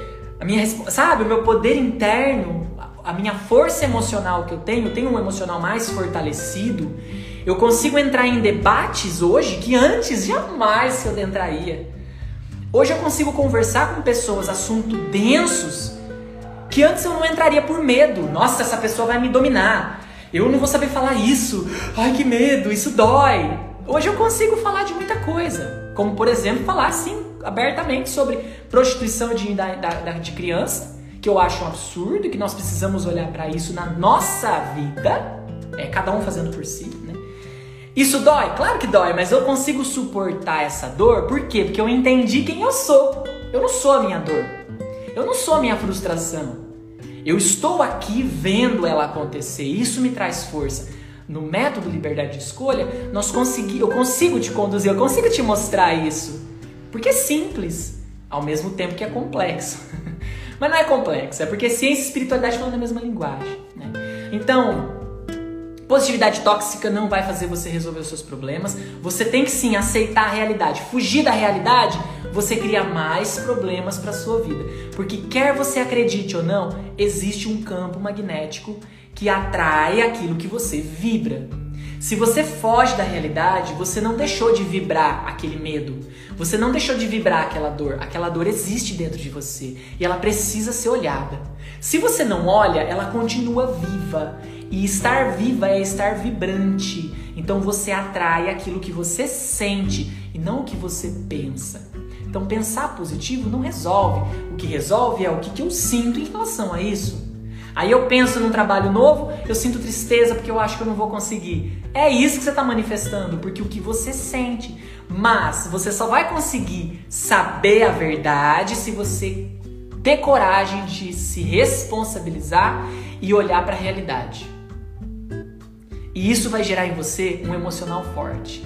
o meu poder interno, a minha força emocional que eu tenho um emocional mais fortalecido. Eu consigo entrar em debates hoje que antes jamais eu entraria. Hoje eu consigo conversar com pessoas, assuntos densos, que antes eu não entraria por medo. Nossa, essa pessoa vai me dominar. Eu não vou saber falar isso. Ai, que medo, isso dói. Hoje eu consigo falar de muita coisa. Como, por exemplo, falar assim, abertamente sobre prostituição de criança, que eu acho um absurdo, que nós precisamos olhar para isso na nossa vida, cada um fazendo por si, né? Isso dói? Claro que dói, mas eu consigo suportar essa dor, por quê? Porque eu entendi quem eu sou. Eu não sou a minha dor, eu não sou a minha frustração. Eu estou aqui vendo ela acontecer, isso me traz força. No método Liberdade de Escolha, eu consigo te conduzir, eu consigo te mostrar isso. Porque é simples, ao mesmo tempo que é complexo. Mas não é complexo, é porque ciência e espiritualidade falam a mesma linguagem, né? Então, positividade tóxica não vai fazer você resolver os seus problemas. Você tem que sim aceitar a realidade. Fugir da realidade, você cria mais problemas para a sua vida. Porque quer você acredite ou não, existe um campo magnético que atrai aquilo que você vibra. Se você foge da realidade, você não deixou de vibrar aquele medo. Você não deixou de vibrar aquela dor. Aquela dor existe dentro de você e ela precisa ser olhada. Se você não olha, ela continua viva. E estar viva é estar vibrante. Então você atrai aquilo que você sente e não o que você pensa. Então pensar positivo não resolve. O que resolve é o que eu sinto em relação a isso. Aí eu penso num trabalho novo, eu sinto tristeza porque eu acho que eu não vou conseguir. É isso que você está manifestando, porque o que você sente. Mas você só vai conseguir saber a verdade se você ter coragem de se responsabilizar e olhar para a realidade. E isso vai gerar em você um emocional forte.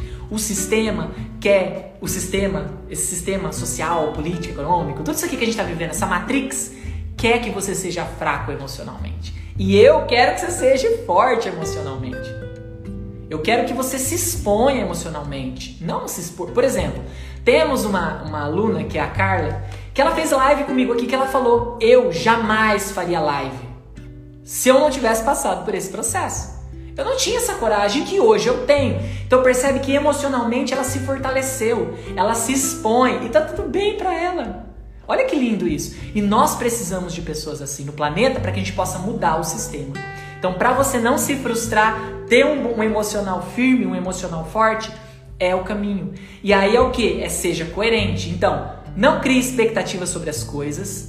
Esse sistema social, político, econômico, tudo isso aqui que a gente está vivendo, essa matrix, quer que você seja fraco emocionalmente. E eu quero que você seja forte emocionalmente. Eu quero que você se exponha emocionalmente. Não se expor. Por exemplo, temos uma aluna, que é a Carla, que ela fez live comigo aqui, que ela falou, eu jamais faria live se eu não tivesse passado por esse processo. Eu não tinha essa coragem que hoje eu tenho. Então percebe que emocionalmente ela se fortaleceu. Ela se expõe e tá tudo bem pra ela. Olha que lindo isso. E nós precisamos de pessoas assim no planeta para que a gente possa mudar o sistema. Então, para você não se frustrar, ter um emocional firme, um emocional forte, é o caminho. E aí é o quê? Seja coerente. Então, não crie expectativas sobre as coisas.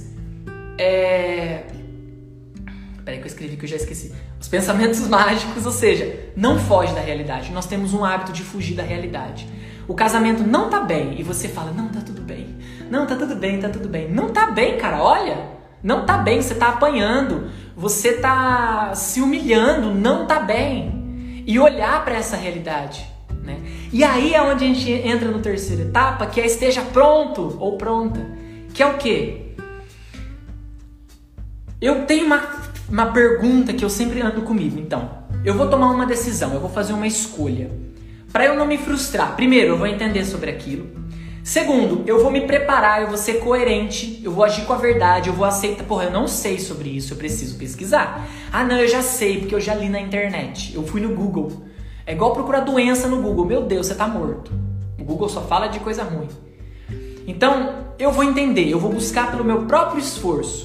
Peraí que eu escrevi que eu já esqueci. Os pensamentos mágicos, ou seja, não foge da realidade. Nós temos um hábito de fugir da realidade. O casamento não tá bem e você fala, não, tá tudo bem. Não, tá tudo bem, tá tudo bem. Não tá bem, cara, olha. Não tá bem, você tá apanhando. Você tá se humilhando, não tá bem. E olhar para essa realidade, né? E aí é onde a gente entra no terceira etapa, que é esteja pronto ou pronta. Que é o quê? Eu tenho uma pergunta que eu sempre ando comigo. Então, eu vou tomar uma decisão, eu vou fazer uma escolha. Para eu não me frustrar, primeiro, eu vou entender sobre aquilo. Segundo, eu vou me preparar, eu vou ser coerente, eu vou agir com a verdade, eu vou aceitar. Porra, eu não sei sobre isso, eu preciso pesquisar. Ah, não, eu já sei, porque eu já li na internet. Eu fui no Google. É igual procurar doença no Google. Meu Deus, você tá morto. O Google só fala de coisa ruim. Então, eu vou entender, eu vou buscar pelo meu próprio esforço.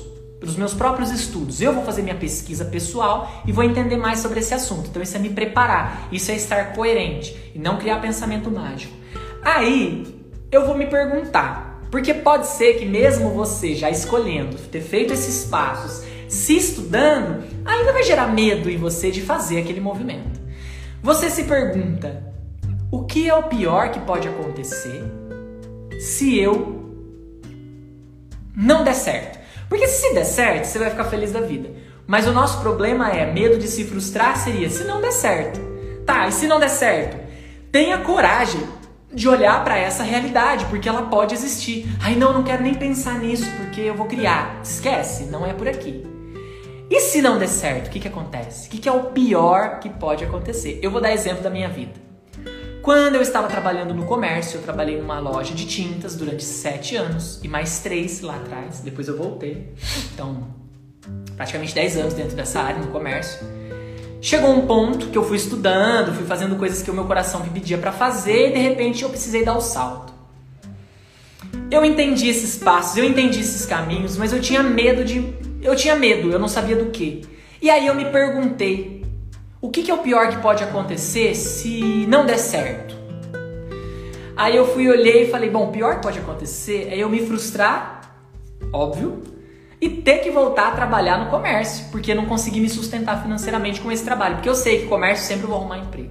pelos meus próprios estudos. Eu vou fazer minha pesquisa pessoal e vou entender mais sobre esse assunto. Então isso é me preparar, isso é estar coerente e não criar pensamento mágico. Aí eu vou me perguntar, porque pode ser que mesmo você já escolhendo, ter feito esses passos, se estudando, ainda vai gerar medo em você de fazer aquele movimento. Você se pergunta, o que é o pior que pode acontecer se eu não der certo? Porque se der certo, você vai ficar feliz da vida. Mas o nosso problema é, medo de se frustrar seria se não der certo. Tá, e se não der certo? Tenha coragem de olhar para essa realidade, porque ela pode existir. Ai, não quero nem pensar nisso, porque eu vou criar. Esquece, não é por aqui. E se não der certo, o que acontece? O que é o pior que pode acontecer? Eu vou dar exemplo da minha vida. Quando eu estava trabalhando no comércio, eu trabalhei numa loja de tintas durante 7 anos e mais 3 lá atrás, depois eu voltei. Então, praticamente 10 anos dentro dessa área no comércio. Chegou um ponto que eu fui estudando, fui fazendo coisas que o meu coração me pedia para fazer e de repente eu precisei dar o salto. Eu entendi esses passos, eu entendi esses caminhos, mas eu tinha medo, eu não sabia do quê. E aí eu me perguntei, o que é o pior que pode acontecer se não der certo? Aí eu olhei e falei, bom, o pior que pode acontecer é eu me frustrar, óbvio, e ter que voltar a trabalhar no comércio, porque não consegui me sustentar financeiramente com esse trabalho, porque eu sei que comércio sempre eu vou arrumar emprego.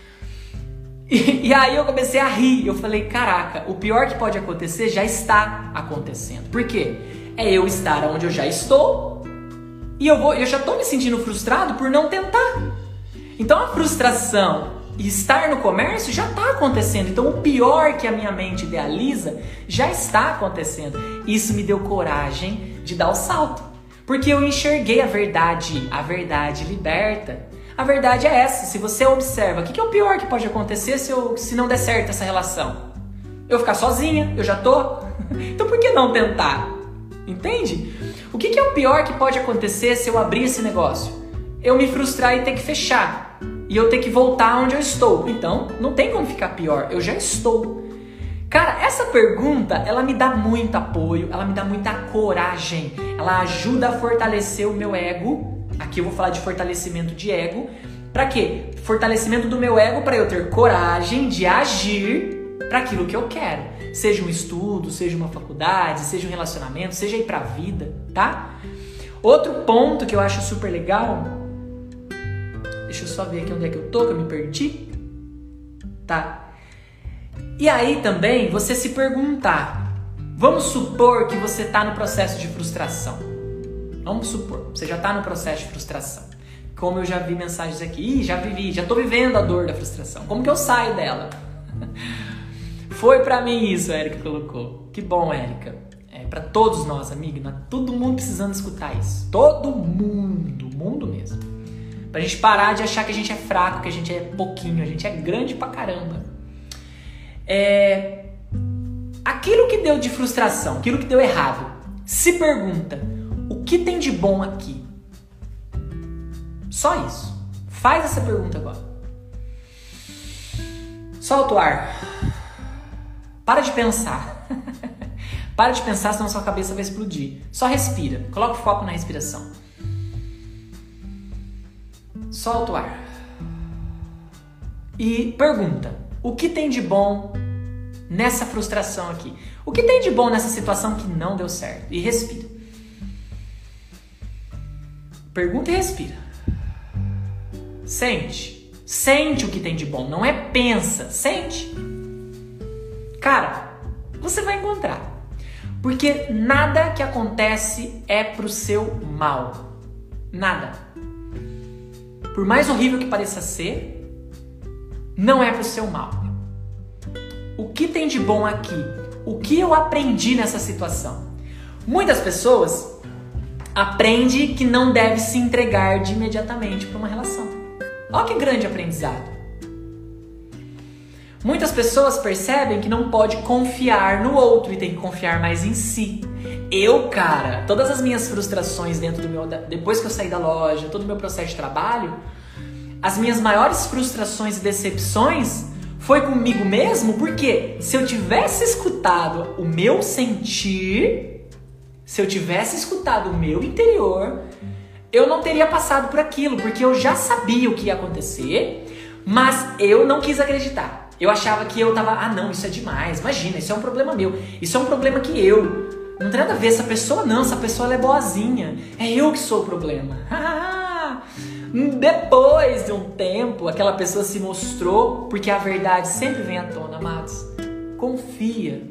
E aí eu comecei a rir, eu falei, caraca, o pior que pode acontecer já está acontecendo. Por quê? É eu estar onde eu já estou e eu já estou me sentindo frustrado por não tentar. Então a frustração e estar no comércio já está acontecendo. Então o pior que a minha mente idealiza já está acontecendo. Isso me deu coragem de dar o salto. Porque eu enxerguei a verdade liberta. A verdade é essa, se você observa, o que é o pior que pode acontecer se não der certo essa relação? Eu ficar sozinha, eu já tô. Então por que não tentar? Entende? O que é o pior que pode acontecer se eu abrir esse negócio? Eu me frustrar e ter que fechar. E eu ter que voltar onde eu estou. Então, não tem como ficar pior. Eu já estou. Cara, essa pergunta, ela me dá muito apoio. Ela me dá muita coragem. Ela ajuda a fortalecer o meu ego. Aqui eu vou falar de fortalecimento de ego. Pra quê? Fortalecimento do meu ego para eu ter coragem de agir para aquilo que eu quero. Seja um estudo, seja uma faculdade, seja um relacionamento, seja ir pra vida, tá? Outro ponto que eu acho super legal... Deixa eu só ver aqui onde é que eu tô, que eu me perdi. Tá. E aí também você se perguntar. Vamos supor que você tá no processo de frustração. Vamos supor, você já tá no processo de frustração. Como eu já vi mensagens aqui, já tô vivendo a dor da frustração. Como que eu saio dela? Foi pra mim isso, a Érica colocou. Que bom, Érica. É pra todos nós, amiga. Todo mundo precisando escutar isso. Todo mundo, o mundo mesmo. Pra gente parar de achar que a gente é fraco, que a gente é pouquinho, a gente é grande pra caramba. Aquilo que deu de frustração, aquilo que deu errado, se pergunta, o que tem de bom aqui? Só isso. Faz essa pergunta agora. Solta o ar. Para de pensar. Para de pensar, senão sua cabeça vai explodir. Só respira. Coloca o foco na respiração. Solta o ar. E pergunta, o que tem de bom nessa frustração aqui? O que tem de bom nessa situação que não deu certo? E respira. Pergunta e respira. Sente. Sente o que tem de bom. Não é pensa. Sente. Cara, você vai encontrar. Porque nada que acontece é pro seu mal. Nada. Por mais horrível que pareça ser, não é pro seu mal. O que tem de bom aqui? O que eu aprendi nessa situação? Muitas pessoas aprendem que não deve se entregar de imediatamente para uma relação. Olha que grande aprendizado. Muitas pessoas percebem que não pode confiar no outro e tem que confiar mais em si. Cara, todas as minhas frustrações depois que eu saí da loja, todo o meu processo de trabalho, as minhas maiores frustrações e decepções foi comigo mesmo, porque se eu tivesse escutado o meu sentir, Se eu tivesse escutado o meu interior, eu não teria passado por aquilo, porque eu já sabia o que ia acontecer, mas eu não quis acreditar. Eu achava que eu tava, não, isso é demais, imagina, isso é um problema meu, isso é um problema que eu. Não tem nada a ver, essa pessoa não, essa pessoa ela é boazinha, é eu que sou o problema. Depois de um tempo, aquela pessoa se mostrou, porque a verdade sempre vem à tona, amados. Confia,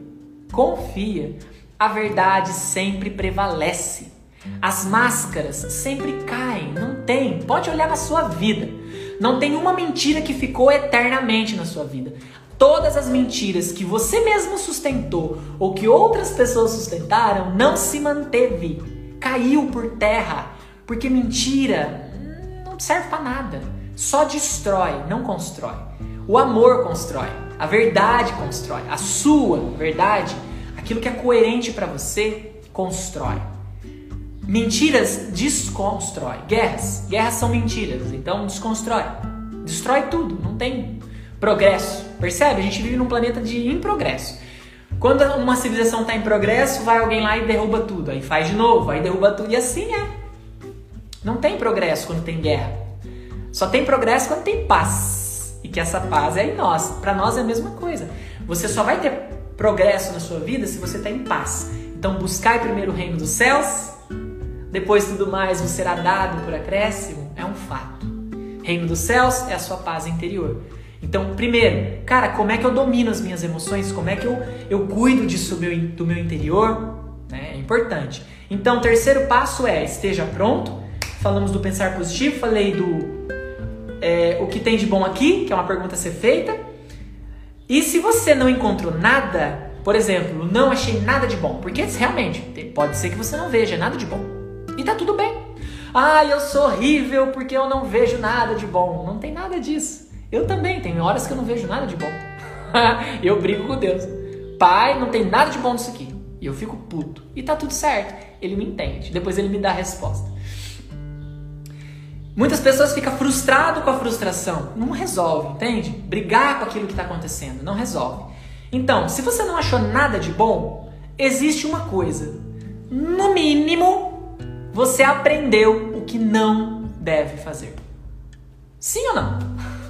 a verdade sempre prevalece. As máscaras sempre caem, não tem, pode olhar na sua vida. Não tem uma mentira que ficou eternamente na sua vida. Todas as mentiras que você mesmo sustentou ou que outras pessoas sustentaram não se manteve, caiu por terra, porque mentira não serve para nada, só destrói, não constrói. O amor constrói, a verdade constrói, a sua verdade, aquilo que é coerente para você, constrói. Mentiras desconstrói. Guerras são mentiras, então desconstrói. Destrói tudo, não tem progresso. Percebe? A gente vive num planeta de improgresso. Quando uma civilização está em progresso, vai alguém lá e derruba tudo. Aí faz de novo, aí derruba tudo e assim é. Não tem progresso quando tem guerra. Só tem progresso quando tem paz. E que essa paz é em nós. Para nós é a mesma coisa. Você só vai ter progresso na sua vida se você está em paz. Então buscai primeiro o reino dos céus, depois tudo mais vos será dado por acréscimo, é um fato. Reino dos céus é a sua paz interior. Então, primeiro, cara, como é que eu domino as minhas emoções? Como é que eu cuido disso do meu interior? É importante. Então, o terceiro passo é, esteja pronto. Falamos do pensar positivo, falei do o que tem de bom aqui, que é uma pergunta a ser feita. E se você não encontrou nada, por exemplo, não achei nada de bom, porque realmente, pode ser que você não veja nada de bom. E tá tudo bem. Eu sou horrível porque eu não vejo nada de bom. Não tem nada disso. Eu também, tem horas que eu não vejo nada de bom. Eu brigo com Deus. Pai, não tem nada de bom nisso aqui. E eu fico puto. E tá tudo certo. Ele me entende. Depois ele me dá a resposta. Muitas pessoas ficam frustradas com a frustração. Não resolve, entende? Brigar com aquilo que está acontecendo. Não resolve. Então, se você não achou nada de bom, existe uma coisa. No mínimo, você aprendeu o que não deve fazer. Sim ou não?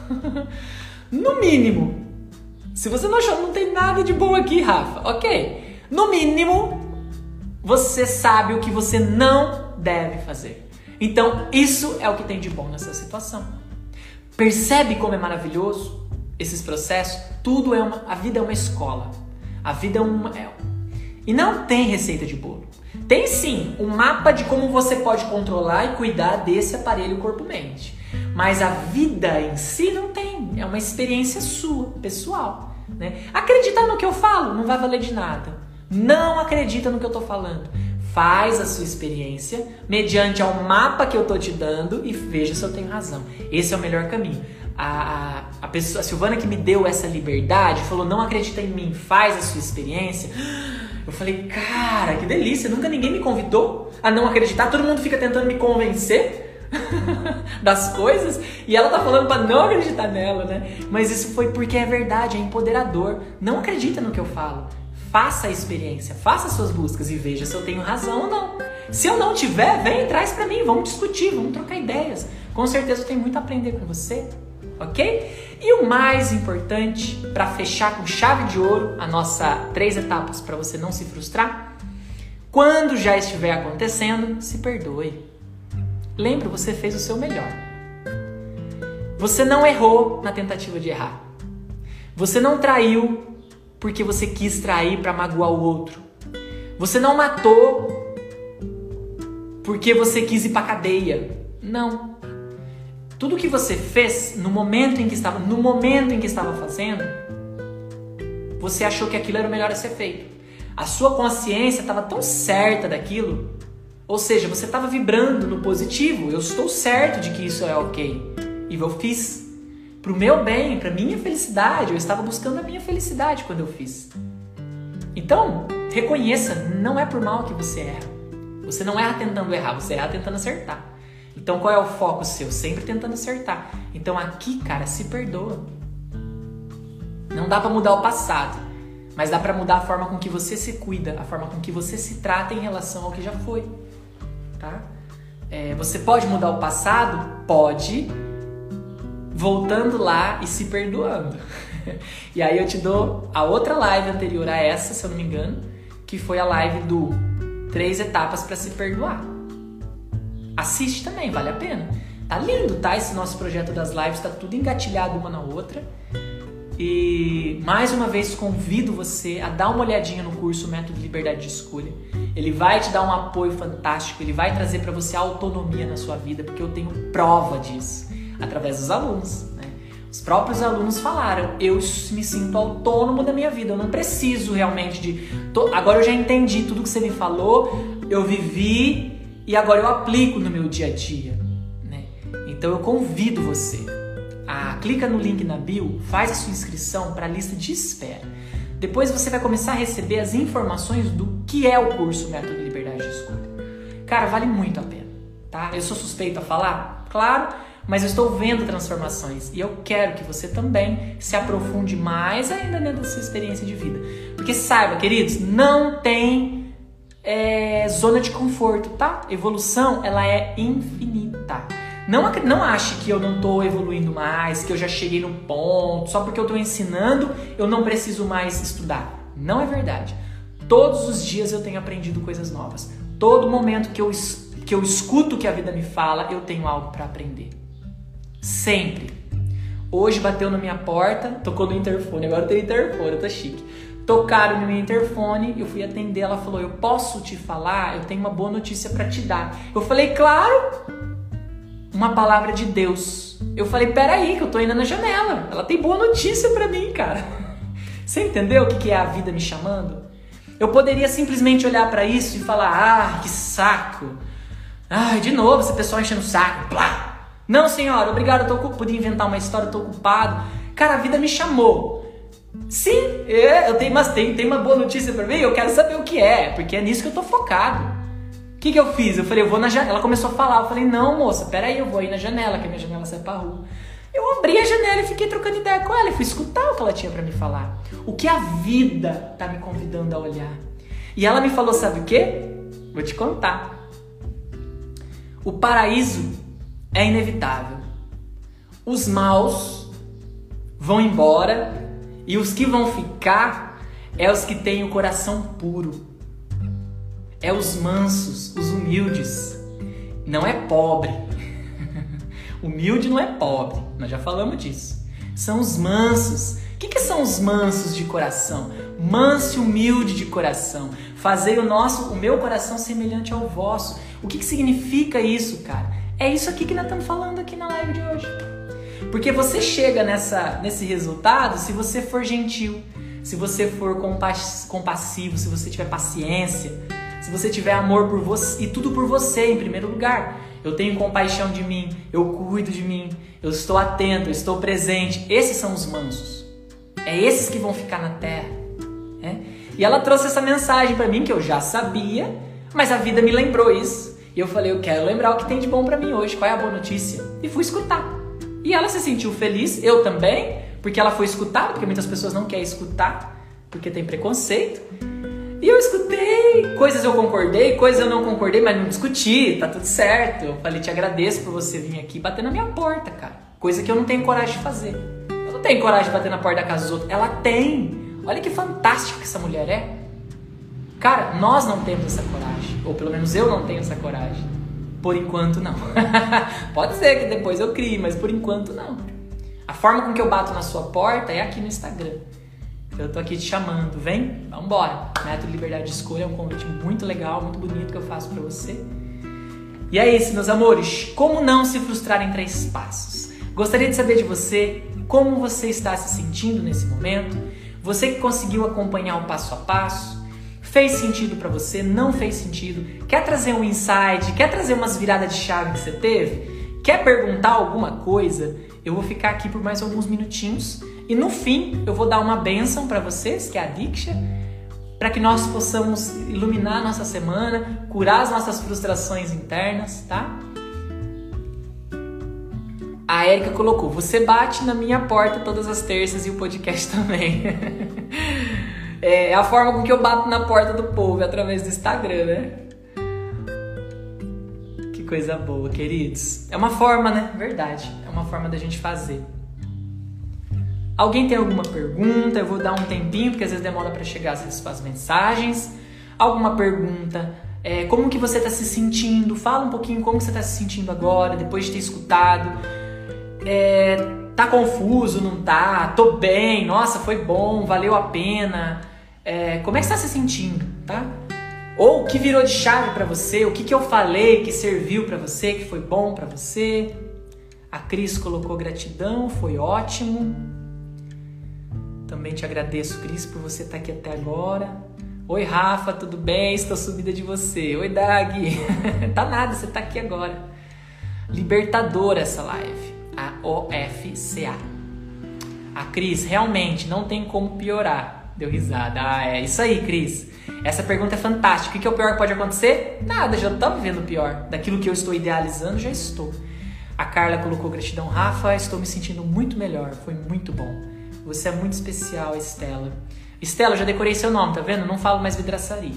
No mínimo. Se você não achou, não tem nada de bom aqui, Rafa. Ok. No mínimo, você sabe o que você não deve fazer. Então, isso é o que tem de bom nessa situação. Percebe como é maravilhoso esses processos? Tudo a vida é uma escola. A vida e não tem receita de bolo. Tem sim um mapa de como você pode controlar e cuidar desse aparelho corpo-mente. Mas a vida em si não tem. É uma experiência sua, pessoal. Né? Acreditar no que eu falo não vai valer de nada. Não acredita no que eu estou falando. Faz a sua experiência mediante ao mapa que eu estou te dando e veja se eu tenho razão. Esse é o melhor caminho. A Silvana que me deu essa liberdade falou, não acredita em mim, faz a sua experiência. Eu falei, cara, que delícia, nunca ninguém me convidou a não acreditar. Todo mundo fica tentando me convencer das coisas e ela tá falando pra não acreditar nela, né? Mas isso foi porque é verdade, é empoderador. Não acredita no que eu falo. Faça a experiência, faça as suas buscas e veja se eu tenho razão ou não. Se eu não tiver, vem e traz pra mim, vamos discutir, vamos trocar ideias. Com certeza eu tenho muito a aprender com você, ok? E o mais importante, para fechar com chave de ouro, a nossa 3 etapas para você não se frustrar, quando já estiver acontecendo, se perdoe. Lembra, você fez o seu melhor. Você não errou na tentativa de errar. Você não traiu porque você quis trair para magoar o outro. Você não matou porque você quis ir para cadeia. Não. Tudo que você fez no momento em que estava fazendo, você achou que aquilo era o melhor a ser feito. A sua consciência estava tão certa daquilo, ou seja, você estava vibrando no positivo. Eu estou certo de que isso é ok. E eu fiz para o meu bem, para a minha felicidade. Eu estava buscando a minha felicidade quando eu fiz. Então, reconheça, não é por mal que você erra. Você não erra tentando errar, você erra tentando acertar. Então, qual é o foco seu? Sempre tentando acertar. Então, aqui, cara, se perdoa. Não dá para mudar o passado, Mas dá pra mudar a forma com que você se cuida, a forma com que você se trata em relação ao que já foi, tá? Você pode mudar o passado? Pode, voltando lá e se perdoando. E aí eu te dou a outra live anterior a essa, se eu não me engano, que foi a live do 3 etapas para se perdoar. Assiste também, vale a pena. Tá lindo, tá? Esse nosso projeto das lives, tá tudo engatilhado uma na outra. E mais uma vez convido você a dar uma olhadinha no curso Método de Liberdade de Escolha. Ele vai te dar um apoio fantástico, ele vai trazer para você autonomia na sua vida, porque eu tenho prova disso através dos alunos, né? Os próprios alunos falaram, eu me sinto autônomo da minha vida, eu não preciso realmente agora eu já entendi tudo que você me falou, eu vivi e agora eu aplico no meu dia a dia, né? Então eu convido você clica no link na bio, faz a sua inscrição para a lista de espera. Depois você vai começar a receber as informações do que é o curso Método de Liberdade de Escolha. Cara, vale muito a pena, tá? Eu sou suspeito a falar? Claro, mas eu estou vendo transformações e eu quero que você também se aprofunde mais ainda dentro da sua experiência de vida. Porque saiba, queridos, não tem zona de conforto, tá? Evolução, ela é infinita. Não ache que eu não estou evoluindo mais, que eu já cheguei no ponto, só porque eu estou ensinando eu não preciso mais estudar. Não é verdade. Todos os dias eu tenho aprendido coisas novas. Todo momento que eu escuto o que a vida me fala, eu tenho algo para aprender. Sempre. Hoje bateu na minha porta, tocou no interfone, agora eu tenho interfone, eu tô chique. Tocaram no meu interfone, eu fui atender, ela falou, eu posso te falar? Eu tenho uma boa notícia para te dar. Eu falei, claro! Uma palavra de Deus. Eu falei, peraí, que eu tô ainda na janela. Ela tem boa notícia pra mim, cara. Você entendeu o que é a vida me chamando? Eu poderia simplesmente olhar pra isso e falar, que saco. De novo, essa pessoa enchendo o saco. Blá. Não, senhora, obrigado, podia inventar uma história, eu tô ocupado. Cara, a vida me chamou. Sim, eu tenho tem uma boa notícia pra mim, eu quero saber o que é, porque é nisso que eu tô focado. O que eu fiz? Eu falei, eu vou na janela. Ela começou a falar. Eu falei, não, moça, peraí, eu vou aí na janela, que a minha janela sai pra rua. Eu abri a janela e fiquei trocando ideia com ela. E fui escutar o que ela tinha pra me falar. O que a vida tá me convidando a olhar. E ela me falou, sabe o quê? Vou te contar. O paraíso é inevitável. Os maus vão embora e os que vão ficar é os que têm o coração puro. É os mansos, os humildes. Não é pobre. Humilde não é pobre. Nós já falamos disso. São os mansos. O que são os mansos de coração? Manso e humilde de coração. Fazer o meu coração semelhante ao vosso. O que significa isso, cara? É isso aqui que nós estamos falando aqui na live de hoje. Porque você chega nesse resultado se você for gentil, se você for compassivo, se você tiver paciência, se você tiver amor por você, e tudo por você em primeiro lugar. Eu tenho compaixão de mim, eu cuido de mim, eu estou atento, eu estou presente. Esses são os mansos. É esses que vão ficar na terra. E ela trouxe essa mensagem para mim que eu já sabia, mas a vida me lembrou isso. E eu falei, eu quero lembrar o que tem de bom para mim hoje, qual é a boa notícia? E fui escutar. E ela se sentiu feliz, eu também, porque ela foi escutada, porque muitas pessoas não querem escutar, porque tem preconceito. E eu escutei, coisas eu concordei, coisas eu não concordei, mas não discuti, tá tudo certo. Eu falei, te agradeço por você vir aqui bater na minha porta, cara. Coisa que eu não tenho coragem de fazer. Eu não tenho coragem de bater na porta da casa dos outros. Ela tem. Olha que fantástico que essa mulher é. Cara, nós não temos essa coragem. Ou pelo menos eu não tenho essa coragem. Por enquanto, não. Pode ser que depois eu crie, mas por enquanto, não. A forma com que eu bato na sua porta é aqui no Instagram. Eu tô aqui te chamando, vem? Vambora! Método de Liberdade de Escolha é um convite muito legal, muito bonito que eu faço pra você. E é isso, meus amores. Como não se frustrar em 3 passos? Gostaria de saber de você como você está se sentindo nesse momento. Você que conseguiu acompanhar o passo a passo. Fez sentido pra você? Não fez sentido? Quer trazer um insight? Quer trazer umas viradas de chave que você teve? Quer perguntar alguma coisa? Eu vou ficar aqui por mais alguns minutinhos. E no fim, eu vou dar uma bênção para vocês, que é a Diksha, para que nós possamos iluminar a nossa semana, curar as nossas frustrações internas, tá? A Érica colocou, você bate na minha porta todas as terças e o podcast também. É a forma com que eu bato na porta do povo, através do Instagram, né? Que coisa boa, queridos. É uma forma, né? Verdade. É uma forma da gente fazer. Alguém tem alguma pergunta? Eu vou dar um tempinho, porque às vezes demora para chegar as mensagens. Alguma pergunta? Como que você está se sentindo? Fala um pouquinho como você está se sentindo agora, depois de ter escutado. Tá confuso, não tá? Tô bem, nossa, foi bom, valeu a pena. Como é que você está se sentindo, tá? Ou o que virou de chave para você? O que eu falei que serviu para você, que foi bom para você? A Cris colocou gratidão, foi ótimo. Também te agradeço, Cris, por você estar aqui até agora. Oi, Rafa, tudo bem? Estou subida de você. Oi, Dag. Tá nada, você tá aqui agora. Libertadora essa live. A OFCA. A Cris, realmente, não tem como piorar. Deu risada. É isso aí, Cris. Essa pergunta é fantástica. O que é o pior que pode acontecer? Nada, já estou vivendo o pior. Daquilo que eu estou idealizando, já estou. A Carla colocou gratidão. Rafa, estou me sentindo muito melhor. Foi muito bom. Você é muito especial, Estela. Estela, eu já decorei seu nome, tá vendo? Não falo mais vidraçaria.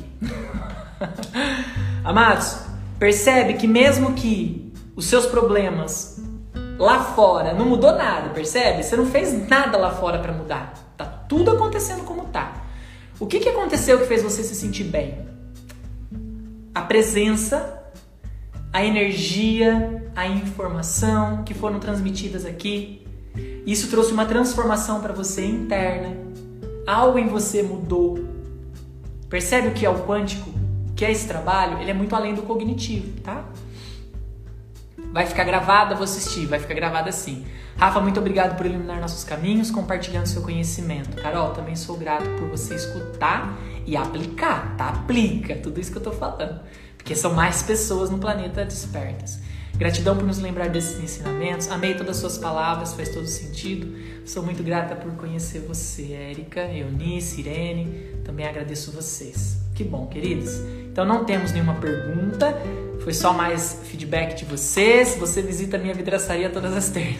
Amados, percebe que mesmo que os seus problemas lá fora não mudou nada, percebe? Você não fez nada lá fora para mudar. Tá tudo acontecendo como tá. O que aconteceu que fez você se sentir bem? A presença, a energia, a informação que foram transmitidas aqui. Isso trouxe uma transformação para você interna. Algo em você mudou. Percebe o que é o quântico? O que é esse trabalho? Ele é muito além do cognitivo, tá? Vai ficar gravada, vou assistir. Vai ficar gravada sim. Rafa, muito obrigado por iluminar nossos caminhos, compartilhando seu conhecimento. Carol, também sou grato por você escutar e aplicar, tá? Aplica tudo isso que eu tô falando. Porque são mais pessoas no planeta despertas. Gratidão por nos lembrar desses ensinamentos. Amei todas as suas palavras, faz todo sentido. Sou muito grata por conhecer você, Érica, Eunice, Irene. Também agradeço vocês. Que bom, queridos. Então não temos nenhuma pergunta. Foi só mais feedback de vocês. Você visita a minha vidraçaria todas as terças.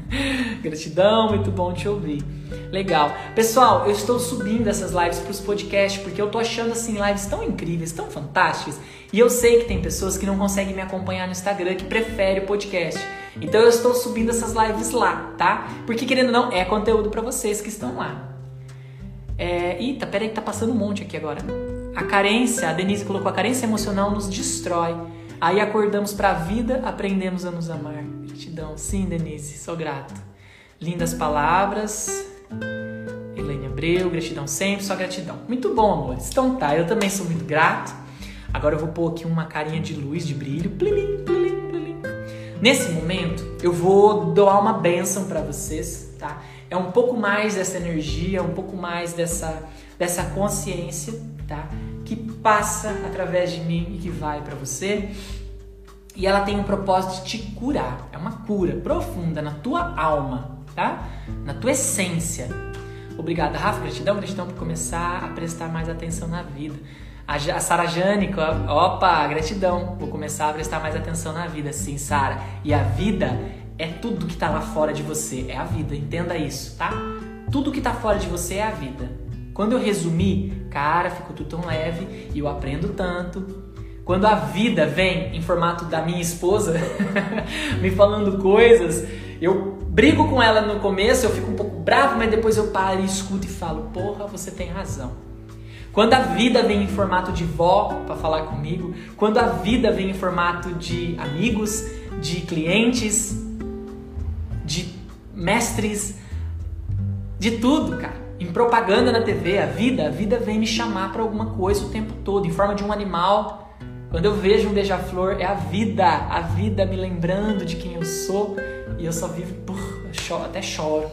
Gratidão, muito bom te ouvir. Legal. Pessoal, eu estou subindo essas lives para os podcasts porque eu tô achando assim lives tão incríveis, tão fantásticas. E eu sei que tem pessoas que não conseguem me acompanhar no Instagram, que preferem o podcast. Então eu estou subindo essas lives lá, tá? Porque querendo ou não, é conteúdo para vocês que estão lá. Eita, peraí que tá passando um monte aqui agora. A carência, a Denise colocou, a carência emocional nos destrói. Aí acordamos para a vida, aprendemos a nos amar. Gratidão. Sim, Denise, sou grato. Lindas palavras. Elaine Abreu, gratidão sempre, só gratidão. Muito bom, amores. Então tá, eu também sou muito grato. Agora eu vou pôr aqui uma carinha de luz, de brilho. Plilim, plilim, plilim. Nesse momento, eu vou doar uma bênção para vocês, tá? É um pouco mais dessa energia, um pouco mais dessa consciência, tá? Que passa através de mim e que vai para você. E ela tem um propósito de te curar. É uma cura profunda na tua alma, tá? Na tua essência. Obrigada, Rafa. Gratidão por começar a prestar mais atenção na vida. A Sara Jânico, opa, gratidão. Vou começar a prestar mais atenção na vida. Sim, Sara. E a vida é tudo que tá lá fora de você. É a vida, entenda isso, tá? Tudo que tá fora de você é a vida. Quando eu resumi, cara, ficou tudo tão leve e eu aprendo tanto. Quando a vida vem em formato da minha esposa, me falando coisas, eu brigo com ela no começo, eu fico um pouco bravo, mas depois eu paro e escuto e falo, porra, você tem razão. Quando a vida vem em formato de vó para falar comigo, quando a vida vem em formato de amigos, de clientes, de mestres, de tudo, cara. Em propaganda na TV, a vida vem me chamar para alguma coisa o tempo todo, em forma de um animal. Quando eu vejo um beija-flor, é a vida me lembrando de quem eu sou, e eu só vivo, até choro.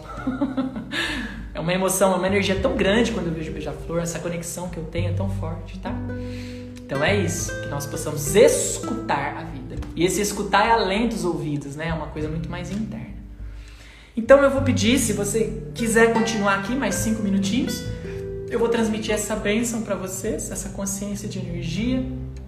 É uma emoção, é uma energia tão grande quando eu vejo o beija-flor, essa conexão que eu tenho é tão forte, tá? Então é isso, que nós possamos escutar a vida. E esse escutar é além dos ouvidos, né? É uma coisa muito mais interna. Então eu vou pedir, se você quiser continuar aqui mais 5 minutinhos, eu vou transmitir essa bênção para vocês, essa consciência de energia.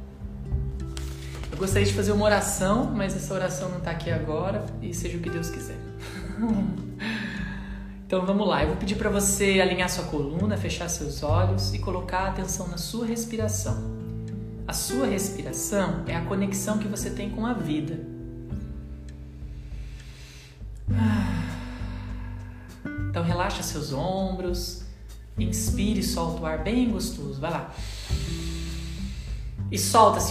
Eu gostaria de fazer uma oração, mas essa oração não está aqui agora, e seja o que Deus quiser. Então vamos lá, eu vou pedir para você alinhar sua coluna, fechar seus olhos e colocar a atenção na sua respiração. A sua respiração é a conexão que você tem com a vida. Então relaxa seus ombros, inspire e solta o ar bem gostoso, vai lá. E solta assim,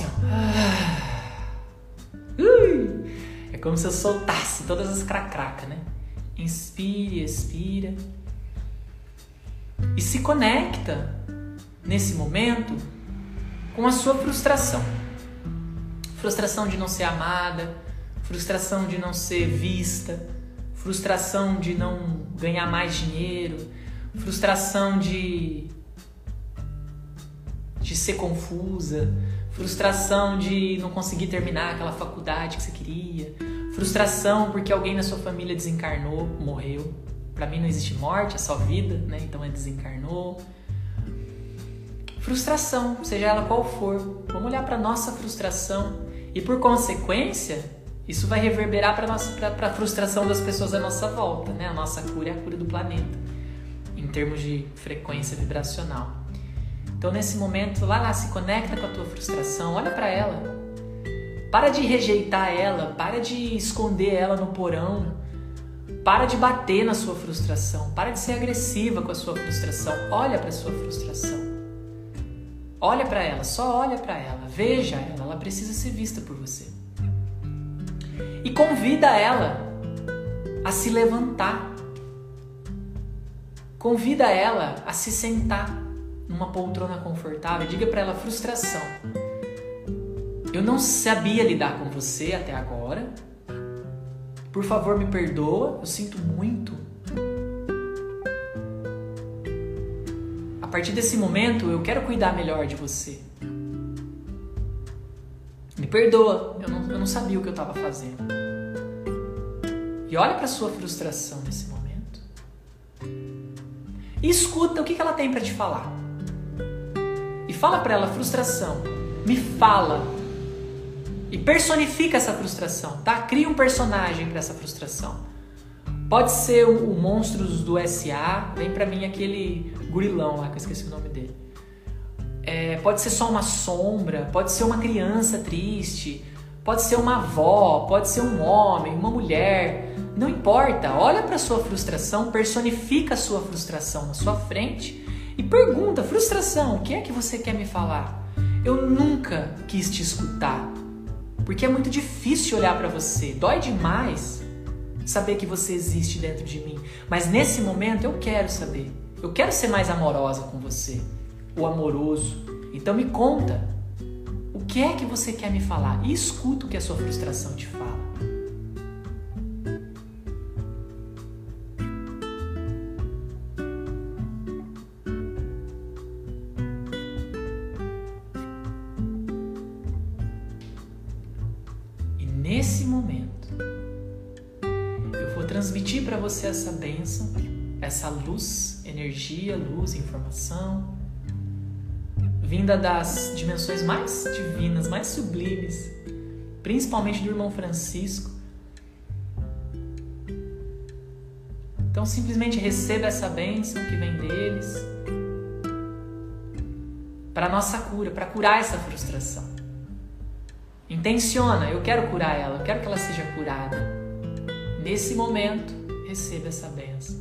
ó. É como se eu soltasse todas as cracracas, né? Inspire, expira. E se conecta, nesse momento, com a sua frustração. Frustração de não ser amada, frustração de não ser vista, frustração de não ganhar mais dinheiro, frustração de ser confusa, frustração de não conseguir terminar aquela faculdade que você queria, frustração porque alguém na sua família desencarnou, morreu. Pra mim não existe morte, é só vida, né? Então desencarnou. Frustração, seja ela qual for. Vamos olhar para nossa frustração e, por consequência, isso vai reverberar para a frustração das pessoas à nossa volta, né? A nossa cura é a cura do planeta, em termos de frequência vibracional. Então, nesse momento, vai lá, se conecta com a tua frustração, olha para ela. Para de rejeitar ela, para de esconder ela no porão, para de bater na sua frustração, para de ser agressiva com a sua frustração, olha para a sua frustração. Olha para ela, só olha para ela, veja ela precisa ser vista por você. E convida ela a se levantar. Convida ela a se sentar numa poltrona confortável. Diga para ela: frustração, eu não sabia lidar com você até agora. Por favor, me perdoa, eu sinto muito. A partir desse momento, eu quero cuidar melhor de você. Me perdoa, eu não sabia o que eu estava fazendo. E olha para a sua frustração nesse momento. E escuta o que ela tem para te falar. E fala para ela: frustração, me fala. E personifica essa frustração, tá? Cria um personagem para essa frustração. Pode ser o Monstros do S.A., vem pra mim aquele gurilão lá, que eu esqueci o nome dele. Pode ser só uma sombra, pode ser uma criança triste, pode ser uma avó, pode ser um homem, uma mulher, não importa. Olha pra sua frustração, personifica a sua frustração na sua frente e pergunta: frustração, o que é que você quer me falar? Eu nunca quis te escutar, porque é muito difícil olhar pra você, dói demais saber que você existe dentro de mim. Mas nesse momento eu quero saber. Eu quero ser mais amorosa com você. O amoroso. Então me conta. O que é que você quer me falar? E escuta o que a sua frustração te fala. E nesse momento transmitir para você essa bênção, essa luz, energia, luz, informação, vinda das dimensões mais divinas, mais sublimes, principalmente do irmão Francisco. Então simplesmente receba essa bênção que vem deles para a nossa cura, para curar essa frustração. Intenciona: eu quero curar ela, eu quero que ela seja curada. Nesse momento, receba essa bênção.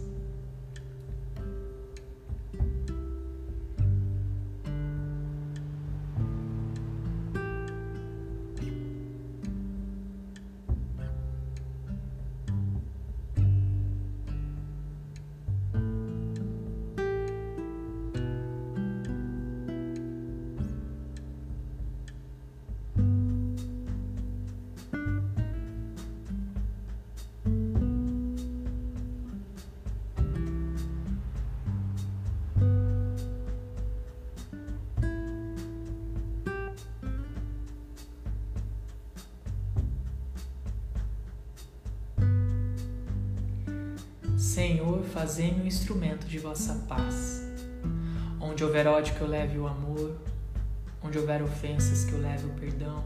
Senhor, fazei-me um instrumento de vossa paz. Onde houver ódio, que eu leve o amor. Onde houver ofensas, que eu leve o perdão.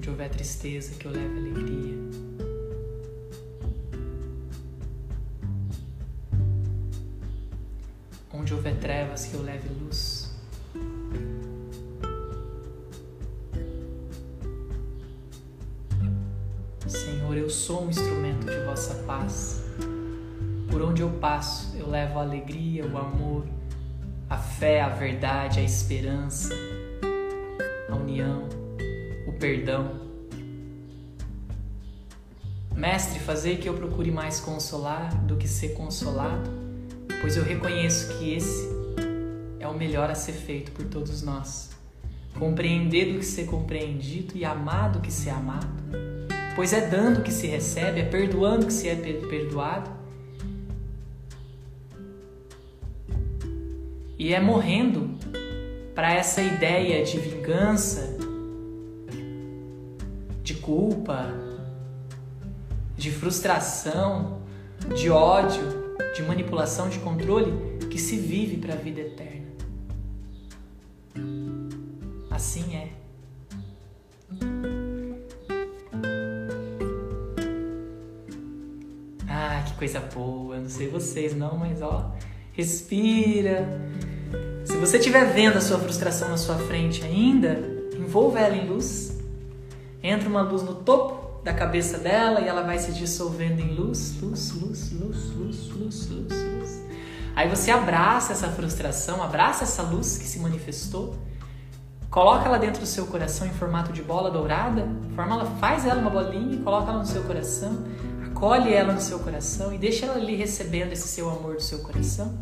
Onde houver tristeza, que eu leve alegria. Onde houver trevas, que eu leve luz. Senhor, eu sou um instrumento de vossa paz. Por onde eu passo, eu levo a alegria, o amor, a fé, a verdade, a esperança, a união, o perdão. Mestre, fazei que eu procure mais consolar do que ser consolado, pois eu reconheço que esse é o melhor a ser feito por todos nós. Compreender do que ser compreendido e amar do que ser amado, pois é dando que se recebe, é perdoando que se é perdoado, e é morrendo para essa ideia de vingança, de culpa, de frustração, de ódio, de manipulação, de controle, que se vive para a vida eterna. Assim é. Ah, que coisa boa. Eu não sei vocês não, mas ó, respira. Se você estiver vendo a sua frustração na sua frente ainda, envolva ela em luz. Entra uma luz no topo da cabeça dela e ela vai se dissolvendo em luz, luz, luz, luz, luz, luz, luz, luz. Aí você abraça essa frustração, abraça essa luz que se manifestou, coloca ela dentro do seu coração em formato de bola dourada, faz ela uma bolinha e coloca ela no seu coração, acolhe ela no seu coração e deixa ela ali recebendo esse seu amor do seu coração.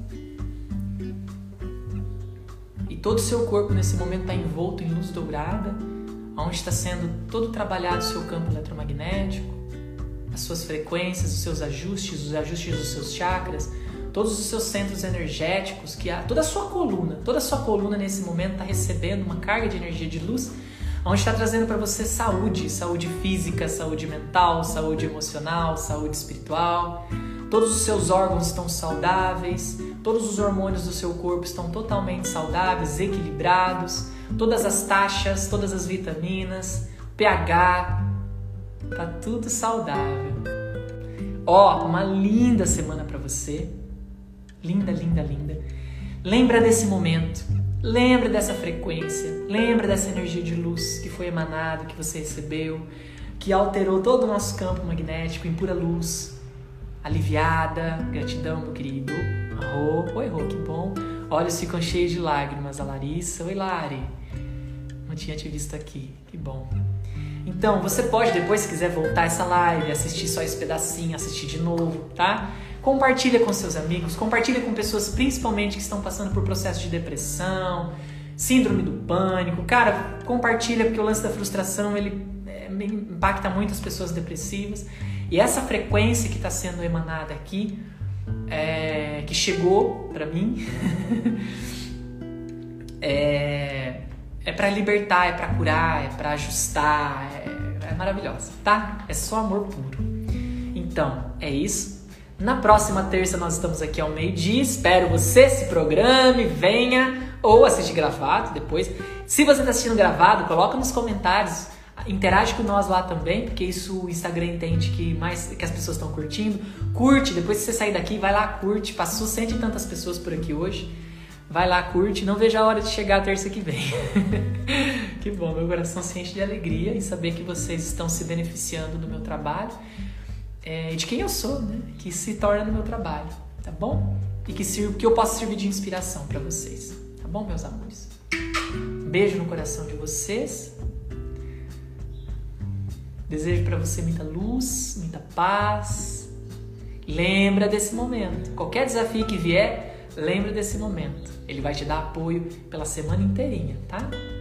E todo o seu corpo nesse momento está envolto em luz dourada, onde está sendo todo trabalhado o seu campo eletromagnético, as suas frequências, os seus ajustes, os ajustes dos seus chakras, todos os seus centros energéticos, toda a sua coluna nesse momento está recebendo uma carga de energia de luz, onde está trazendo para você saúde física, saúde mental, saúde emocional, saúde espiritual. Todos os seus órgãos estão saudáveis, todos os hormônios do seu corpo estão totalmente saudáveis, equilibrados, todas as taxas, todas as vitaminas, pH, tá tudo saudável. Ó, uma linda semana para você. Linda, linda, linda. Lembra desse momento, lembra dessa frequência, lembra dessa energia de luz que foi emanada, que você recebeu, que alterou todo o nosso campo magnético em pura luz. Aliviada, gratidão, meu querido. Oi, Rô, que bom. Olhos ficam cheios de lágrimas. A Larissa, oi, Lari. Não tinha te visto aqui, que bom. Então, você pode depois, se quiser voltar essa live, assistir só esse pedacinho, assistir de novo, tá? Compartilha com seus amigos, compartilha com pessoas principalmente que estão passando por processo de depressão, síndrome do pânico. Cara, compartilha, porque o lance da frustração, ele impacta muito as pessoas depressivas. E essa frequência que está sendo emanada aqui, que chegou para mim, é para libertar, é para curar, é para ajustar, é maravilhosa, tá? É só amor puro. Então, é isso. Na próxima terça nós estamos aqui ao meio-dia. Espero você se programe, venha ou assistir gravado depois. Se você está assistindo gravado, coloca nos comentários. Interage com nós lá também, porque isso o Instagram entende que as pessoas estão curtindo. Curte, depois que você sair daqui, vai lá, curte. Passou 100 e tantas pessoas por aqui hoje. Vai lá, curte. Não vejo a hora de chegar a terça que vem. Que bom, meu coração se enche de alegria em saber que vocês estão se beneficiando do meu trabalho. E de quem eu sou, né? Que se torna do meu trabalho, tá bom? E que eu possa servir de inspiração para vocês, tá bom, meus amores? Beijo no coração de vocês. Desejo para você muita luz, muita paz. Lembra desse momento. Qualquer desafio que vier, lembra desse momento. Ele vai te dar apoio pela semana inteirinha, tá?